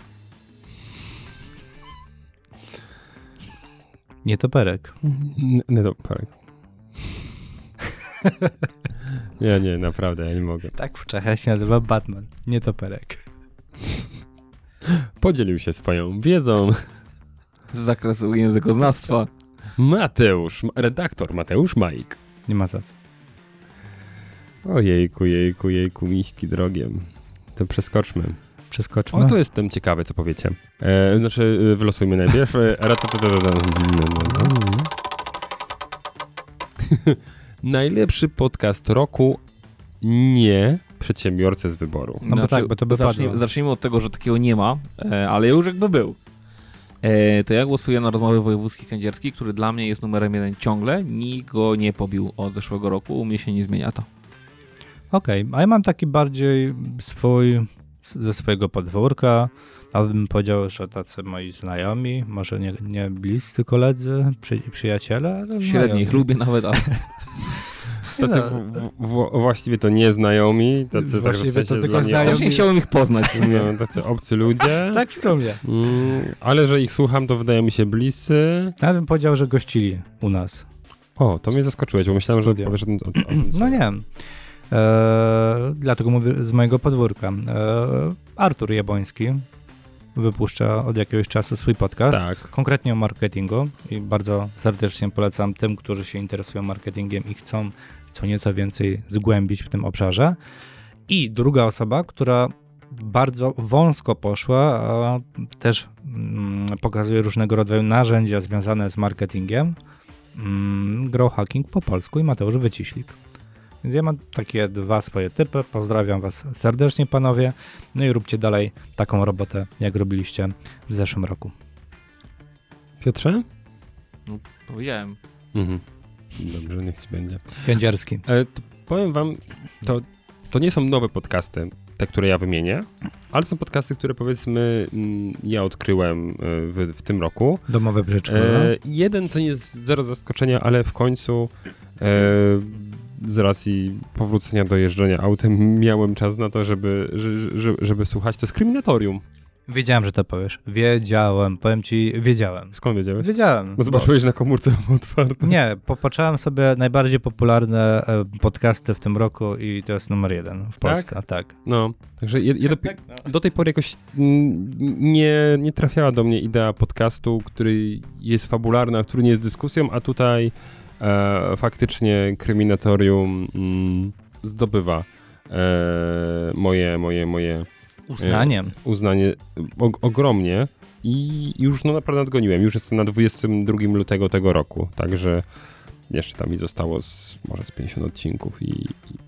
Nietoperek. N- Nie, to parek. Nie, nie, naprawdę, ja nie mogę. Tak w Czechach się nazywa Batman, nietoperek. Podzielił się swoją wiedzą Z zakresu językoznawstwa. Mateusz, redaktor Mateusz Majk. Nie ma za co. Ojejku, jejku, jejku, miśki drogie. To przeskoczmy. Przeskoczmy. O, to jestem ciekawy, co powiecie. E, znaczy, e, wylosujmy najpierw. E, Najlepszy podcast roku, nie przedsiębiorcy z wyboru. No bo tak, bo to by zacznij, padło. zacznijmy od tego, że takiego nie ma, e, ale już jakby był. E, to ja głosuję na Rozmowy Wojewódzki Kędzierski, który dla mnie jest numerem jeden ciągle. Nikt go nie pobił od zeszłego roku, u mnie się nie zmienia to. Okej, okay. A ja mam taki bardziej swój, ze swojego podwórka, nawet bym powiedział, że tacy moi znajomi, może nie, nie bliscy koledzy, przy, przyjaciele, ale Średnio ich znajomi. lubię nawet, ale Tacy w, w, w, właściwie to nieznajomi, tacy tak w Właściwie sensie to tylko dla mnie znajomi. właśnie chciałem ich poznać. No, tacy obcy ludzie. Tak w sumie. Mm, ale że ich słucham, to wydają mi się bliscy. Ja bym powiedział, że gościli u nas. O, to mnie zaskoczyłeś, bo myślałem, że Studio. powiesz o, o, o tym. co- No nie. Eee, dlatego mówię z mojego podwórka. Eee, Artur Jabłoński wypuszcza od jakiegoś czasu swój podcast. Tak. Konkretnie o marketingu i bardzo serdecznie polecam tym, którzy się interesują marketingiem i chcą co nieco więcej zgłębić w tym obszarze. I druga osoba, która bardzo wąsko poszła, a też mm, pokazuje różnego rodzaju narzędzia związane z marketingiem. Mm, Grow Hacking po polsku i Mateusz Wyciślik. Więc ja mam takie dwa swoje typy. Pozdrawiam was serdecznie, panowie. No i róbcie dalej taką robotę, jak robiliście w zeszłym roku. Piotrze? No, powiedziałem. Mhm. Dobrze, niech ci będzie. Kędzierski. E, to powiem wam, to, to nie są nowe podcasty, te, które ja wymienię, ale są podcasty, które powiedzmy mm, ja odkryłem e, w, w tym roku. Domowe brzyczko. E, jeden to nie jest zero zaskoczenia, ale w końcu e, z racji powrócenia do jeżdżenia autem miałem czas na to, żeby, żeby, żeby, żeby słuchać. To jest Kryminatorium. Wiedziałem, że to powiesz. Wiedziałem. Powiem ci, wiedziałem. Skąd wiedziałeś? Wiedziałem. Bo zobaczyłeś na komórce otwarte. Nie, popatrzałem sobie najbardziej popularne e, podcasty w tym roku i to jest numer jeden w Polsce. Tak. No, także je, je do, do tej pory jakoś mm, nie, nie trafiała do mnie idea podcastu, który jest fabularny, a który nie jest dyskusją, a tutaj e, faktycznie Kryminatorium mm, zdobywa e, moje, moje, moje Uznaniem. uznanie o, ogromnie i już no naprawdę nadgoniłem. Już jestem na dwudziestego drugiego lutego tego roku, także jeszcze tam mi zostało z, może z pięćdziesiąt odcinków i, i, i,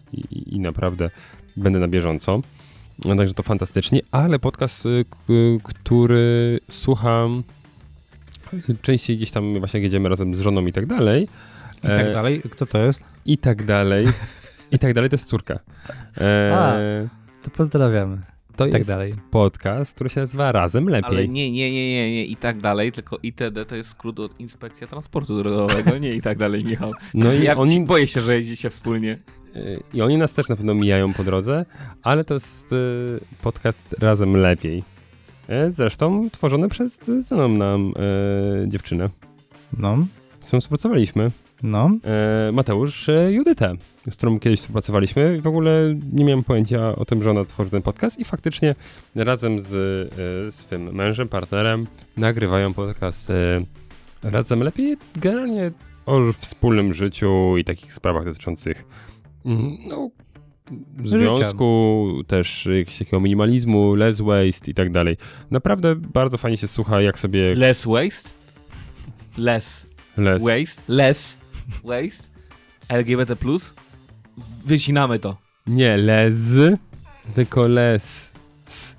i naprawdę będę na bieżąco. No, także to fantastycznie, ale podcast, y, k, który słucham częściej gdzieś tam właśnie jak jedziemy razem z żoną i tak dalej. I tak dalej. Kto to jest? I tak dalej. I tak dalej, to jest córka. E, A, to pozdrawiamy. to I tak jest dalej. podcast, który się nazywa Razem Lepiej. Ale nie, nie, nie, nie, nie i tak dalej, tylko I T D to jest skrót od Inspekcja Transportu Drogowego, nie i tak dalej, Michał. No i ja oni, boję się, że jeździcie wspólnie. y, i oni nas też na pewno mijają po drodze, ale to jest y, podcast Razem Lepiej. E, zresztą tworzony przez znaną nam e, dziewczynę, No, z którą współpracowaliśmy. no. E, Mateusz e, Judytę, z którą kiedyś współpracowaliśmy i w ogóle nie miałem pojęcia o tym, że ona tworzy ten podcast i faktycznie razem z e, swym mężem, partnerem nagrywają podcast e, Razem Lepiej, generalnie o wspólnym życiu i takich sprawach dotyczących mm, no, związku, też jakiegoś takiego minimalizmu, less waste i tak dalej. Naprawdę bardzo fajnie się słucha, jak sobie... Less waste? Less less. waste? Less waste? L G B T plus? Wycinamy to. Nie, lez, tylko les. S.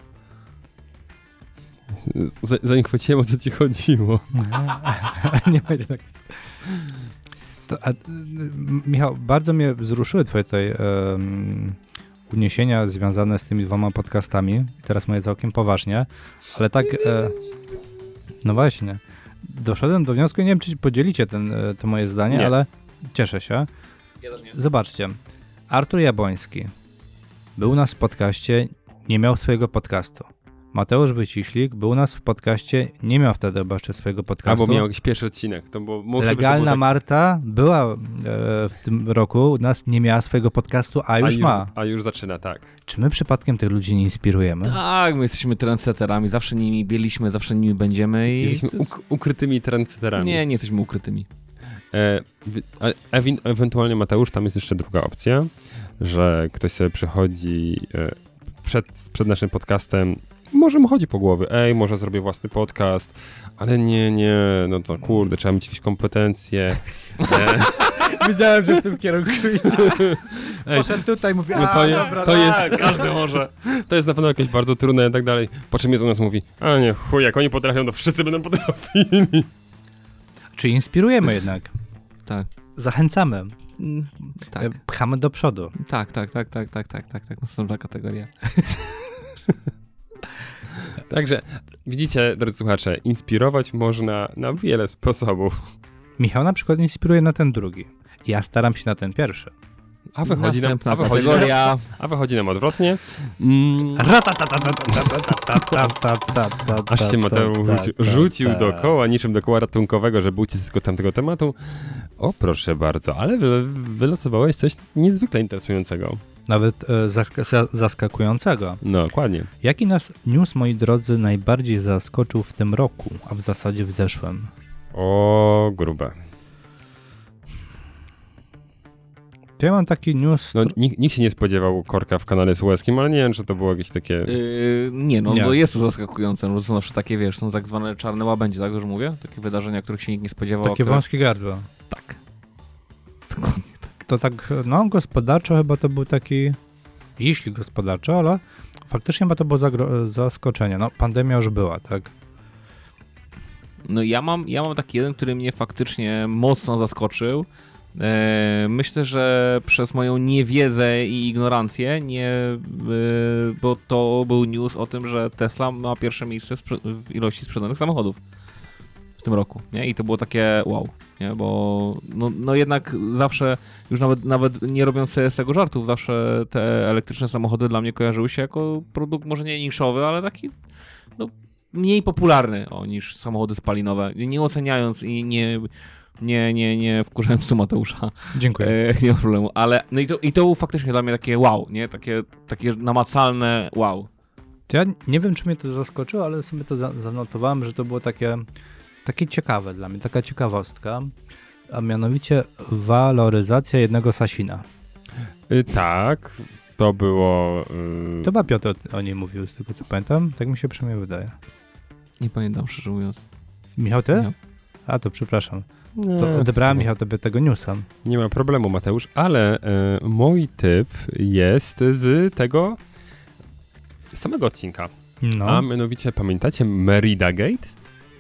Z, zanim chwyciłem, o co ci chodziło. Nie będzie tak. To, a, y, Michał, bardzo mnie wzruszyły twoje tutaj um, uniesienia związane z tymi dwoma podcastami. Teraz mówię całkiem poważnie, ale tak, e, no właśnie, doszedłem do wniosku, nie wiem, czy podzielicie ten, e, to moje zdanie, Nie. ale cieszę się. Zobaczcie, Artur Jabłoński był u nas w podcaście, nie miał swojego podcastu. Mateusz Wyciślik był u nas w podcaście, nie miał wtedy chyba jeszcze swojego podcastu. Albo miał jakiś pierwszy odcinek. To było, może Legalna być, to był Marta była e, w tym roku, u nas nie miała swojego podcastu, a już a ma. A już zaczyna, tak. Czy my przypadkiem tych ludzi nie inspirujemy? Tak, my jesteśmy trendsetterami, zawsze nimi byliśmy, zawsze nimi będziemy i... Jesteśmy to jest- uk- ukrytymi trendsetterami. Nie, nie jesteśmy ukrytymi. E, wi- a- ewi- ewentualnie Mateusz, tam jest jeszcze druga opcja, że ktoś sobie przychodzi e, przed, przed naszym podcastem, może mu chodzi po głowie, ej, może zrobię własny podcast, ale nie, nie, no to kurde, trzeba mieć jakieś kompetencje. E, Wiedziałem, że w tym kierunku idzie. Ej, Poszedł tutaj, mówi, no a to, je, dobra, to jest, Każdy może. to jest na pewno jakieś bardzo trudne i tak dalej. Po czym jest u nas mówi, a nie, chuj, jak oni potrafią, to wszyscy będą potrafili. Czy inspirujemy jednak? Tak. Zachęcamy. Mm, E, Tak, Pchamy do przodu. tak, tak, tak, tak, tak, tak, tak, tak, następna kategoria. Także widzicie, drodzy słuchacze, inspirować można na wiele sposobów. Michał na przykład inspiruje na ten drugi. Ja staram się na ten pierwszy. A wychodzi nam, Następna a wychodzi nam, kategoria. a wychodzi nam odwrotnie. Mm, aż się Mateusz rzucił, rzucił dookoła, niczym do koła ratunkowego, żeby uciec tylko tamtego tematu. O, proszę bardzo, ale wy, wylosowałeś coś niezwykle interesującego. Nawet e, zask- zaskakującego. No, dokładnie. Jaki nas news, moi drodzy, najbardziej zaskoczył w tym roku, a w zasadzie w zeszłym? O, grube. To ja mam taki news... No, tr- nikt, nikt się nie spodziewał korka w kanale sueskim, ale nie wiem, czy to było jakieś takie... Yy, nie, no Nie. to jest to zaskakujące, no to są zawsze takie, wiesz, są tak zwane czarne łabędzie, tak już mówię? Takie wydarzenia, których się nikt nie spodziewał. takie które... wąskie gardło. Tak. To tak, no gospodarczo chyba to był taki, jeśli gospodarczo, ale faktycznie chyba to było zagro- zaskoczenie. No pandemia już była, tak? No ja mam, ja mam taki jeden, który mnie faktycznie mocno zaskoczył. E, myślę, że przez moją niewiedzę i ignorancję, nie, e, bo to był news o tym, że Tesla ma pierwsze miejsce w, sprze- w ilości sprzedanych samochodów w tym roku, nie? I to było takie wow, nie? Bo no, no jednak zawsze, już nawet, nawet nie robiąc sobie z tego żartów, zawsze te elektryczne samochody dla mnie kojarzyły się jako produkt może nie niszowy, ale taki no, mniej popularny o, niż samochody spalinowe, nie oceniając i nie... Nie, nie, nie wkurzałem tu Mateusza. Dziękuję. E, nie ma problemu, ale no i to, i to było faktycznie dla mnie takie wow, nie? Takie, takie namacalne wow. To ja nie wiem, czy mnie to zaskoczyło, ale sobie to za- zanotowałem, że to było takie, takie ciekawe dla mnie, taka ciekawostka, a mianowicie waloryzacja jednego Sasina. Y, tak, to było... Y, To chyba Piotr o, o niej mówił, z tego co pamiętam, tak mi się przynajmniej wydaje. Nie pamiętam, szczerze mówiąc. Michał, ty? Nie. A, to przepraszam. Nie, To odebrałem, nie. Michał, tobie tego newsa. Nie ma problemu, Mateusz, ale e, mój typ jest z tego samego odcinka. No. A mianowicie, pamiętacie Merida Gate?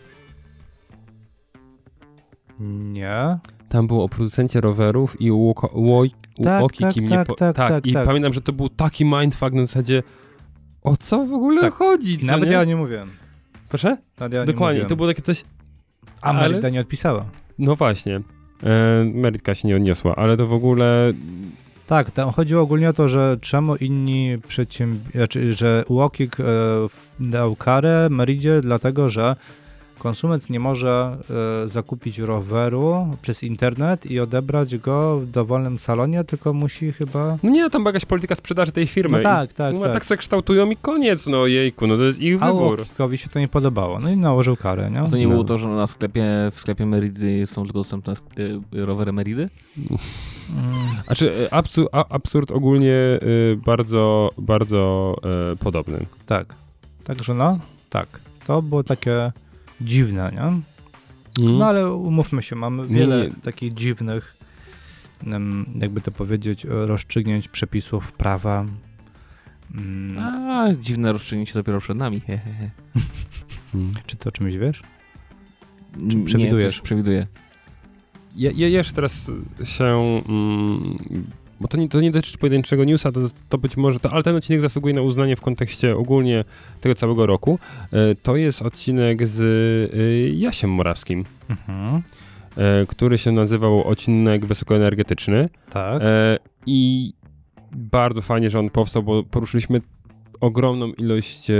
Nie. Tam było o producencie rowerów i Łuko- Łoj- Tak, Łoki tak, kim nie tak, po- tak, tak, i tak. pamiętam, że to był taki mindfuck na zasadzie o co w ogóle Tak. chodzi, co Nawet nie? ja nie mówiłem. Proszę? Nawet ja nie Dokładnie, mówiłem. to było takie coś, A ale- Merida nie odpisała. no właśnie, e, Meridka się nie odniosła, ale to w ogóle, Tak, tam chodziło ogólnie o to, że czemu inni przedsiębiorcy, że Łokik e, w- dał karę Meridzie, dlatego że konsument nie może e, zakupić roweru przez internet i odebrać go w dowolnym salonie, tylko musi chyba... no nie, tam była jakaś polityka sprzedaży tej firmy. No tak, I, tak, no, tak. tak sobie kształtują i koniec, no jejku, no to jest ich A wybór. Łokikowi się to nie podobało, no i nałożył karę, nie? A to nie No. było to, że na sklepie, w sklepie Meridy są tylko dostępne y, rowery Meridy? Mm. Znaczy, absur- a- absurd ogólnie y, bardzo, bardzo y, podobny. Tak. Także no, tak. To było takie dziwne, nie? No ale umówmy się, mamy Nie, wiele nie. takich dziwnych, em, jakby to powiedzieć, rozstrzygnięć przepisów prawa. Mm, A, dziwne rozstrzygnięcie dopiero przed nami. He, he, he. Mm. Czy ty o czymś wiesz? Nie, przewidujesz? coś przewiduję. Ja, ja jeszcze teraz się, mm, bo to nie, to nie dotyczy pojedynczego newsa, to, to być może, to, ale ten odcinek zasługuje na uznanie w kontekście ogólnie tego całego roku. E, to jest odcinek z e, Jasiem Morawskim, Mhm. e, który się nazywał odcinek wysokoenergetyczny. Tak. E, I bardzo fajnie, że on powstał, bo poruszyliśmy ogromną ilość e,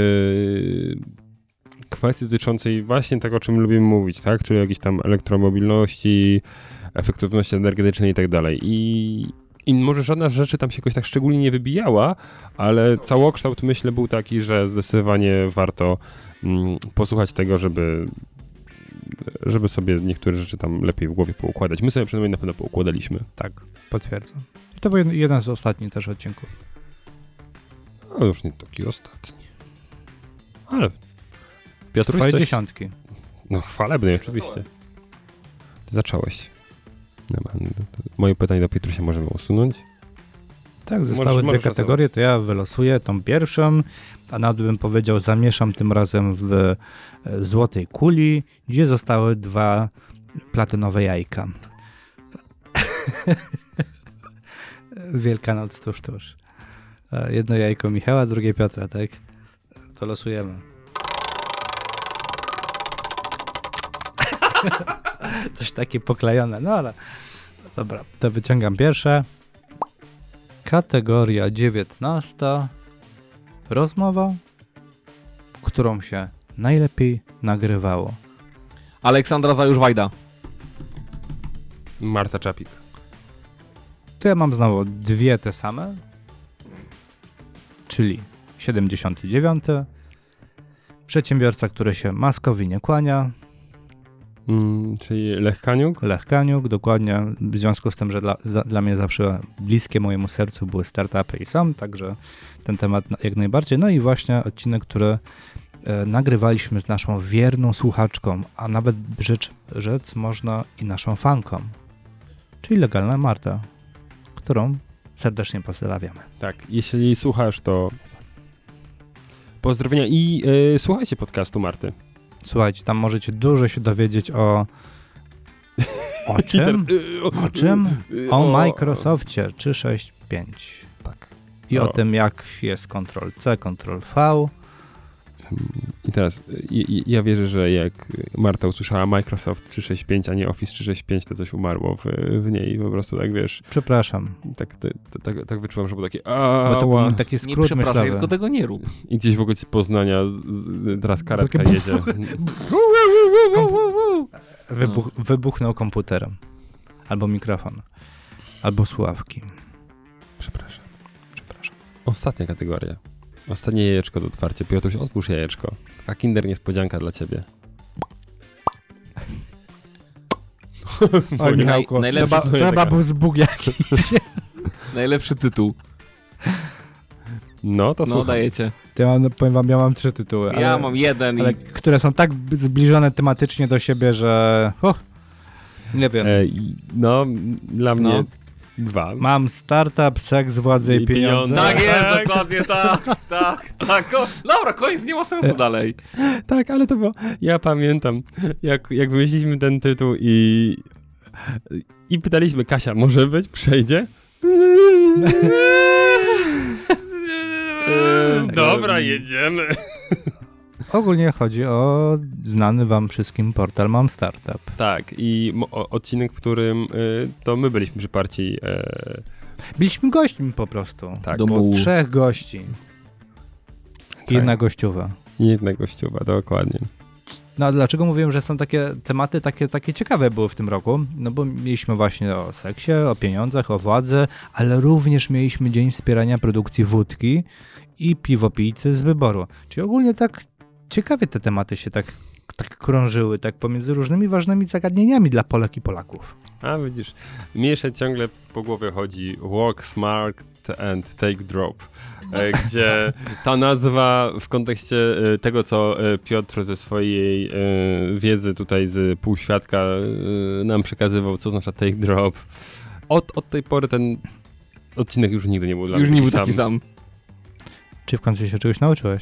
kwestii dotyczącej właśnie tego, o czym lubimy mówić, tak? Czyli jakiejś tam elektromobilności, efektywności energetycznej i tak dalej. I, I może żadna z rzeczy tam się jakoś tak szczególnie nie wybijała, ale całokształt, myślę, był taki, że zdecydowanie warto mm, posłuchać tego, żeby żeby sobie niektóre rzeczy tam lepiej w głowie poukładać. My sobie przynajmniej na pewno poukładaliśmy. Tak, potwierdzam. I to był jeden- jeden z ostatnich też odcinków. A już nie taki ostatni. Ale Piotruś Twoje coś... dziesiątki. No chwalebny oczywiście. Ty zacząłeś. Dobra, no to moje pytanie do Piotrusia możemy usunąć. Tak, zostały Możesz- dwie możesz kategorie, to ja wylosuję tą pierwszą, a nawet bym powiedział, zamieszam tym razem w e, złotej kuli, gdzie zostały dwa platynowe jajka. Wielkanoc tuż, tuż. E, Jedno jajko Michała, drugie Piotra, tak? To losujemy. Coś takie poklejone, no ale dobra, to wyciągam pierwsze. Kategoria dziewiętnasta. Rozmowa, którą się najlepiej nagrywało. Aleksandra Zajusz-Wajda. Marta Czapik. Tu ja mam znowu dwie te same, czyli siedemdziesiąty dziewiąty. Przedsiębiorca, który się Maskowi nie kłania. Mm, czyli Lech Kaniuk. Lech Kaniuk, dokładnie, w związku z tym, że dla, za, dla mnie zawsze bliskie mojemu sercu były startupy i są, także ten temat na- jak najbardziej. No i właśnie odcinek, który e, nagrywaliśmy z naszą wierną słuchaczką, a nawet rzecz, rzec można i naszą fanką, czyli Legalna Marta, którą serdecznie pozdrawiamy. Tak, jeśli słuchasz, to pozdrowienia i e, słuchajcie podcastu Marty. Słuchajcie, tam możecie dużo się dowiedzieć o o I czym? teraz, e, O czym? e, O Microsoftie trzysta sześćdziesiąt pięć. Tak. I o, O. tym, jak jest Ctrl C, Ctrl V. I teraz e, i- i- ja wierzę, że jak Marta usłyszała Microsoft trzysta sześćdziesiąt pięć, a nie Office trzysta sześćdziesiąt pięć, to coś umarło w, w niej. Po prostu tak, wiesz, Przepraszam, tak, tak, tak, tak wyczułam, że było takie bo to był ała. taki Nie skrót przepraszaj, myślowy. tylko tego nie rób. I gdzieś w okolicy Poznania z, z, teraz karetka Takie- jedzie. Wybuch, wybuchnął komputerem. Albo mikrofon. Albo słuchawki. Przepraszam. Przepraszam. Ostatnia kategoria. Ostatnie jajeczko do otwarcia. Piotruś, otwórz jajeczko. A Kinder niespodzianka dla ciebie. Oj, Michałku, najlepszy- chyba, chyba był zbóg jakiś. Najlepszy tytuł. No, to No, słucham. dajecie. Ja mam, powiem wam, ja mam trzy tytuły, ale, Ja mam jeden ale i... które są tak b- zbliżone tematycznie do siebie, że... Oh, Nie wiem. E, i- no, dla mnie No. dwa. Mam startup, seks, władzę i, I pieniądze. pieniądze. Tak jest, Tak. dokładnie tak, tak, tak. O, dobra, koniec, nie ma sensu dalej. Tak, ale to było... Ja pamiętam, jak, jak wymyśliliśmy ten tytuł i... I pytaliśmy, Kasia, może być? Przejdzie? Eee, Dobra, jedziemy. Ogólnie chodzi o znany wam wszystkim portal Mam Startup. Tak, i mo- o- odcinek, w którym y, to my byliśmy przyparci. E, Byliśmy gośćmi po prostu. tak, Do Było mułu. trzech gości. I jedna gościowa. jedna gościowa, dokładnie. No a dlaczego mówiłem, że są takie tematy takie, takie ciekawe były w tym roku? No bo mieliśmy właśnie o seksie, o pieniądzach, o władzy, ale również mieliśmy Dzień Wspierania Produkcji Wódki i Piwopijcy z wyboru. Czyli ogólnie tak ciekawie te tematy się tak, tak krążyły, tak pomiędzy różnymi ważnymi zagadnieniami dla Polek i Polaków. A widzisz, mnie jeszcze ciągle po głowie chodzi Work Smart and Take Drop, e, gdzie ta nazwa w kontekście e, tego, co e, Piotr ze swojej e, wiedzy tutaj z półświadka e, nam przekazywał, co oznacza Take Drop. Od, od tej pory ten odcinek już nigdy nie był dla Już mnie nie był sam. taki sam. Czy w końcu się czegoś nauczyłeś?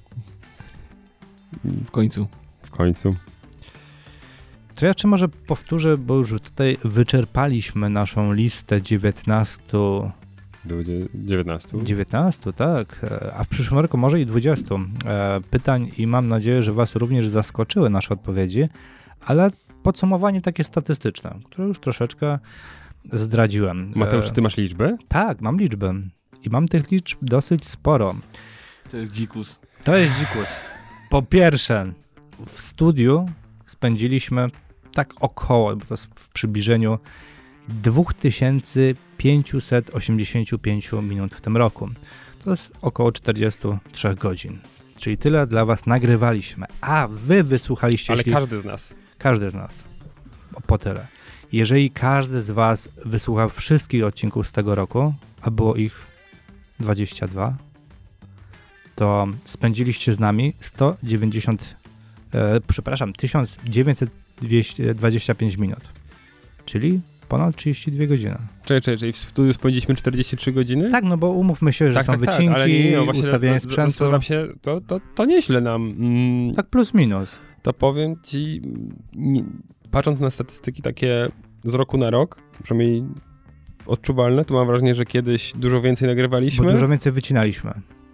W końcu. W końcu. To ja czy może powtórzę, bo już tutaj wyczerpaliśmy naszą listę dziewiętnastu, dziewiętnastu. dziewiętnastu, tak, e, a w przyszłym roku może i dwudziestu e, pytań i mam nadzieję, że was również zaskoczyły nasze odpowiedzi, ale podsumowanie takie statystyczne, które już troszeczkę zdradziłem. Mateusz, E, czy ty masz liczbę? Tak, mam liczbę i mam tych liczb dosyć sporo. To jest dzikus. To jest dzikus. Po pierwsze, w studiu spędziliśmy tak około, bo to jest w przybliżeniu dwa tysiące pięćset osiemdziesiąt pięć minut w tym roku. To jest około czterdzieści trzy godzin. Czyli tyle dla was nagrywaliśmy, a wy wysłuchaliście, Ale jeśli... każdy z nas. każdy z nas, o, po tyle. Jeżeli każdy z was wysłuchał wszystkich odcinków z tego roku, a było ich dwadzieścia dwa, to spędziliście z nami sto dziewięćdziesiąt, e, przepraszam, tysiąc dziewięćset dwadzieścia pięć minut, czyli ponad trzydzieści dwie godziny. Czekaj, czekaj, czyli w studiu spędziliśmy czterdzieści trzy godziny? Tak, no bo umówmy się, że tak, są tak, wycinki, tak, ale nie, nie, no właśnie ustawienie z- z- sprzętu. zastanawiam się, to, to, to nieźle nam. Mm, Tak plus minus. To powiem ci, nie, patrząc na statystyki takie z roku na rok, przynajmniej odczuwalne, to mam wrażenie, że kiedyś dużo więcej nagrywaliśmy. Bo dużo więcej wycinaliśmy.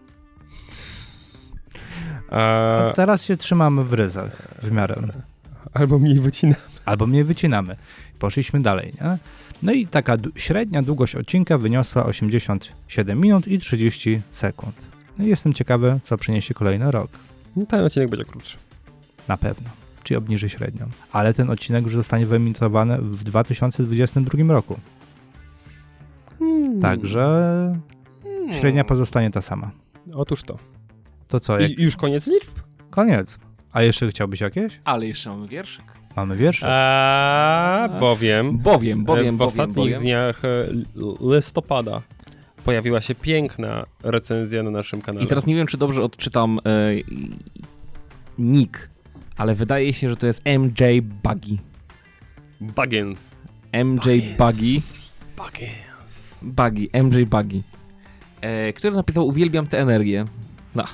a, A teraz się trzymamy w ryzach w miarę. albo mniej wycina. Albo mniej wycinamy. Poszliśmy dalej, nie? No i taka du- średnia długość odcinka wyniosła osiemdziesiąt siedem minut i trzydzieści sekund. No i jestem ciekawy, co przyniesie kolejny rok. No, ten odcinek będzie krótszy. Na pewno. Czy obniży średnią. Ale ten odcinek już zostanie wyemitowany w dwa tysiące dwudziestym drugim roku. Hmm. Także średnia pozostanie ta sama. Otóż to. To co, jak I, już koniec liczb? koniec. A jeszcze chciałbyś jakieś? Ale jeszcze mamy wierszyk. Mamy wiersze. A, bowiem, Bowiem, bowiem, w bowiem, ostatnich bowiem. dniach e, l- listopada pojawiła się piękna recenzja na naszym kanale. I teraz nie wiem, czy dobrze odczytam e, nick, ale wydaje się, że to jest M J Buggy. Baggins. M J Buggy. Baggins. Buggy, M J Buggy. E, który napisał: uwielbiam tę energię. No.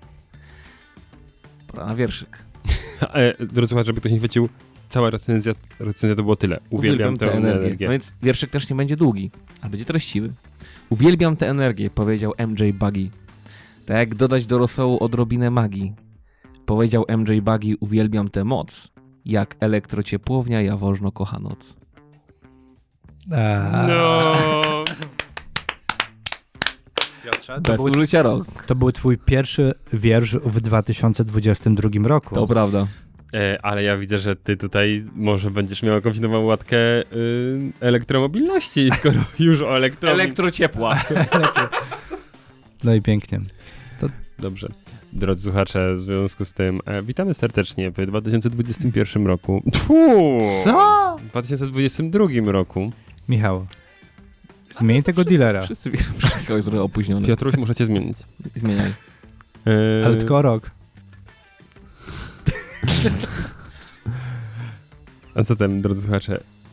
Pora na wierszyk. E, drodzy słuchacze, żeby ktoś nie chwycił, cała recenzja, recenzja to było tyle. Uwielbiam, tę energię. No więc wierszyk też nie będzie długi, ale będzie treściwy. Uwielbiam tę energię, powiedział M J Buggy. Tak jak dodać do rosołu odrobinę magii. Powiedział M J Buggy: uwielbiam tę moc. Jak elektrociepłownia jawożno kocha noc. Eee, No. to, Bez był, użycia rąk. to był twój pierwszy wiersz w dwa tysiące dwudziestym drugim roku. To prawda. E, ale ja widzę, że ty tutaj może będziesz miał jakąś nową łatkę y, elektromobilności, skoro już o elektromobilności. Elektrociepła. No i pięknie. Dobrze. Drodzy słuchacze, w związku z tym e, witamy serdecznie w dwa tysiące dwudziestym pierwszym roku. Tfu! Co? W dwa tysiące dwudziestym drugim roku. Michał, zmień tego dealera. Wszyscy wiedzą, że kogoś trochę opóźniony. Piotruś, muszę cię zmienić. Zmieniaj. E, Ale tylko o rok. A zatem, drodzy słuchacze,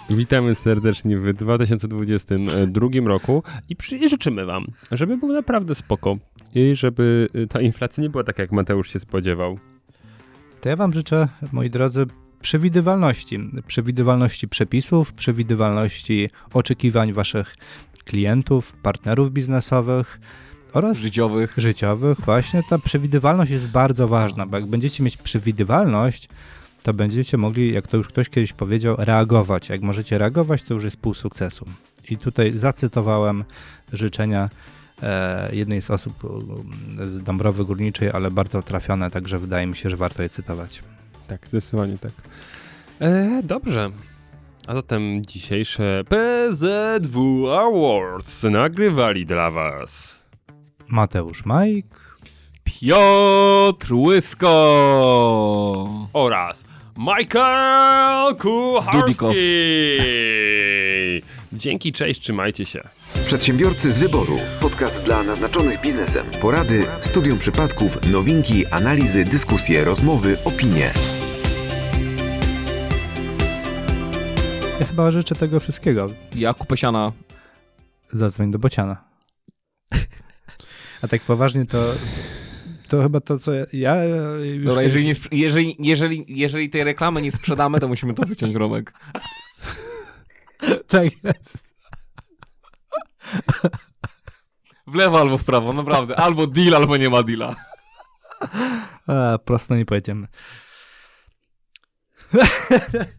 Witamy serdecznie w dwa tysiące dwudziestym drugim roku i, przy, i życzymy wam, żeby było naprawdę spoko i żeby ta inflacja nie była taka, jak Mateusz się spodziewał. To ja wam życzę, moi drodzy, przewidywalności. Przewidywalności przepisów, przewidywalności oczekiwań waszych klientów, partnerów biznesowych oraz Życiowych. życiowych. Właśnie ta przewidywalność jest bardzo ważna, bo jak będziecie mieć przewidywalność, to będziecie mogli, jak to już ktoś kiedyś powiedział, reagować. Jak możecie reagować, to już jest pół sukcesu. I tutaj zacytowałem życzenia e, jednej z osób z Dąbrowy Górniczej, ale bardzo trafione, także wydaje mi się, że warto je cytować. Tak, zdecydowanie tak. E, dobrze. A zatem dzisiejsze P Z W Awards nagrywali dla was Mateusz Majk Piotr Łysko oraz Michael Dudikow. Kucharski. Dzięki, cześć, trzymajcie się. Przedsiębiorcy z wyboru. Podcast dla naznaczonych biznesem. Porady, studium przypadków, nowinki, analizy, dyskusje, rozmowy, opinie. Ja chyba życzę tego wszystkiego. Ja kupę siana. Zadzwoń do Bociana. A tak poważnie to to chyba to, co ja... ja już Dobra, kiedyś... jeżeli, nie, sprz- jeżeli, jeżeli, jeżeli tej reklamy nie sprzedamy, to musimy to wyciąć, Romek. Tak jest. W lewo albo w prawo, naprawdę. Albo deal, albo nie ma deala. A, prosto nie pojedziemy.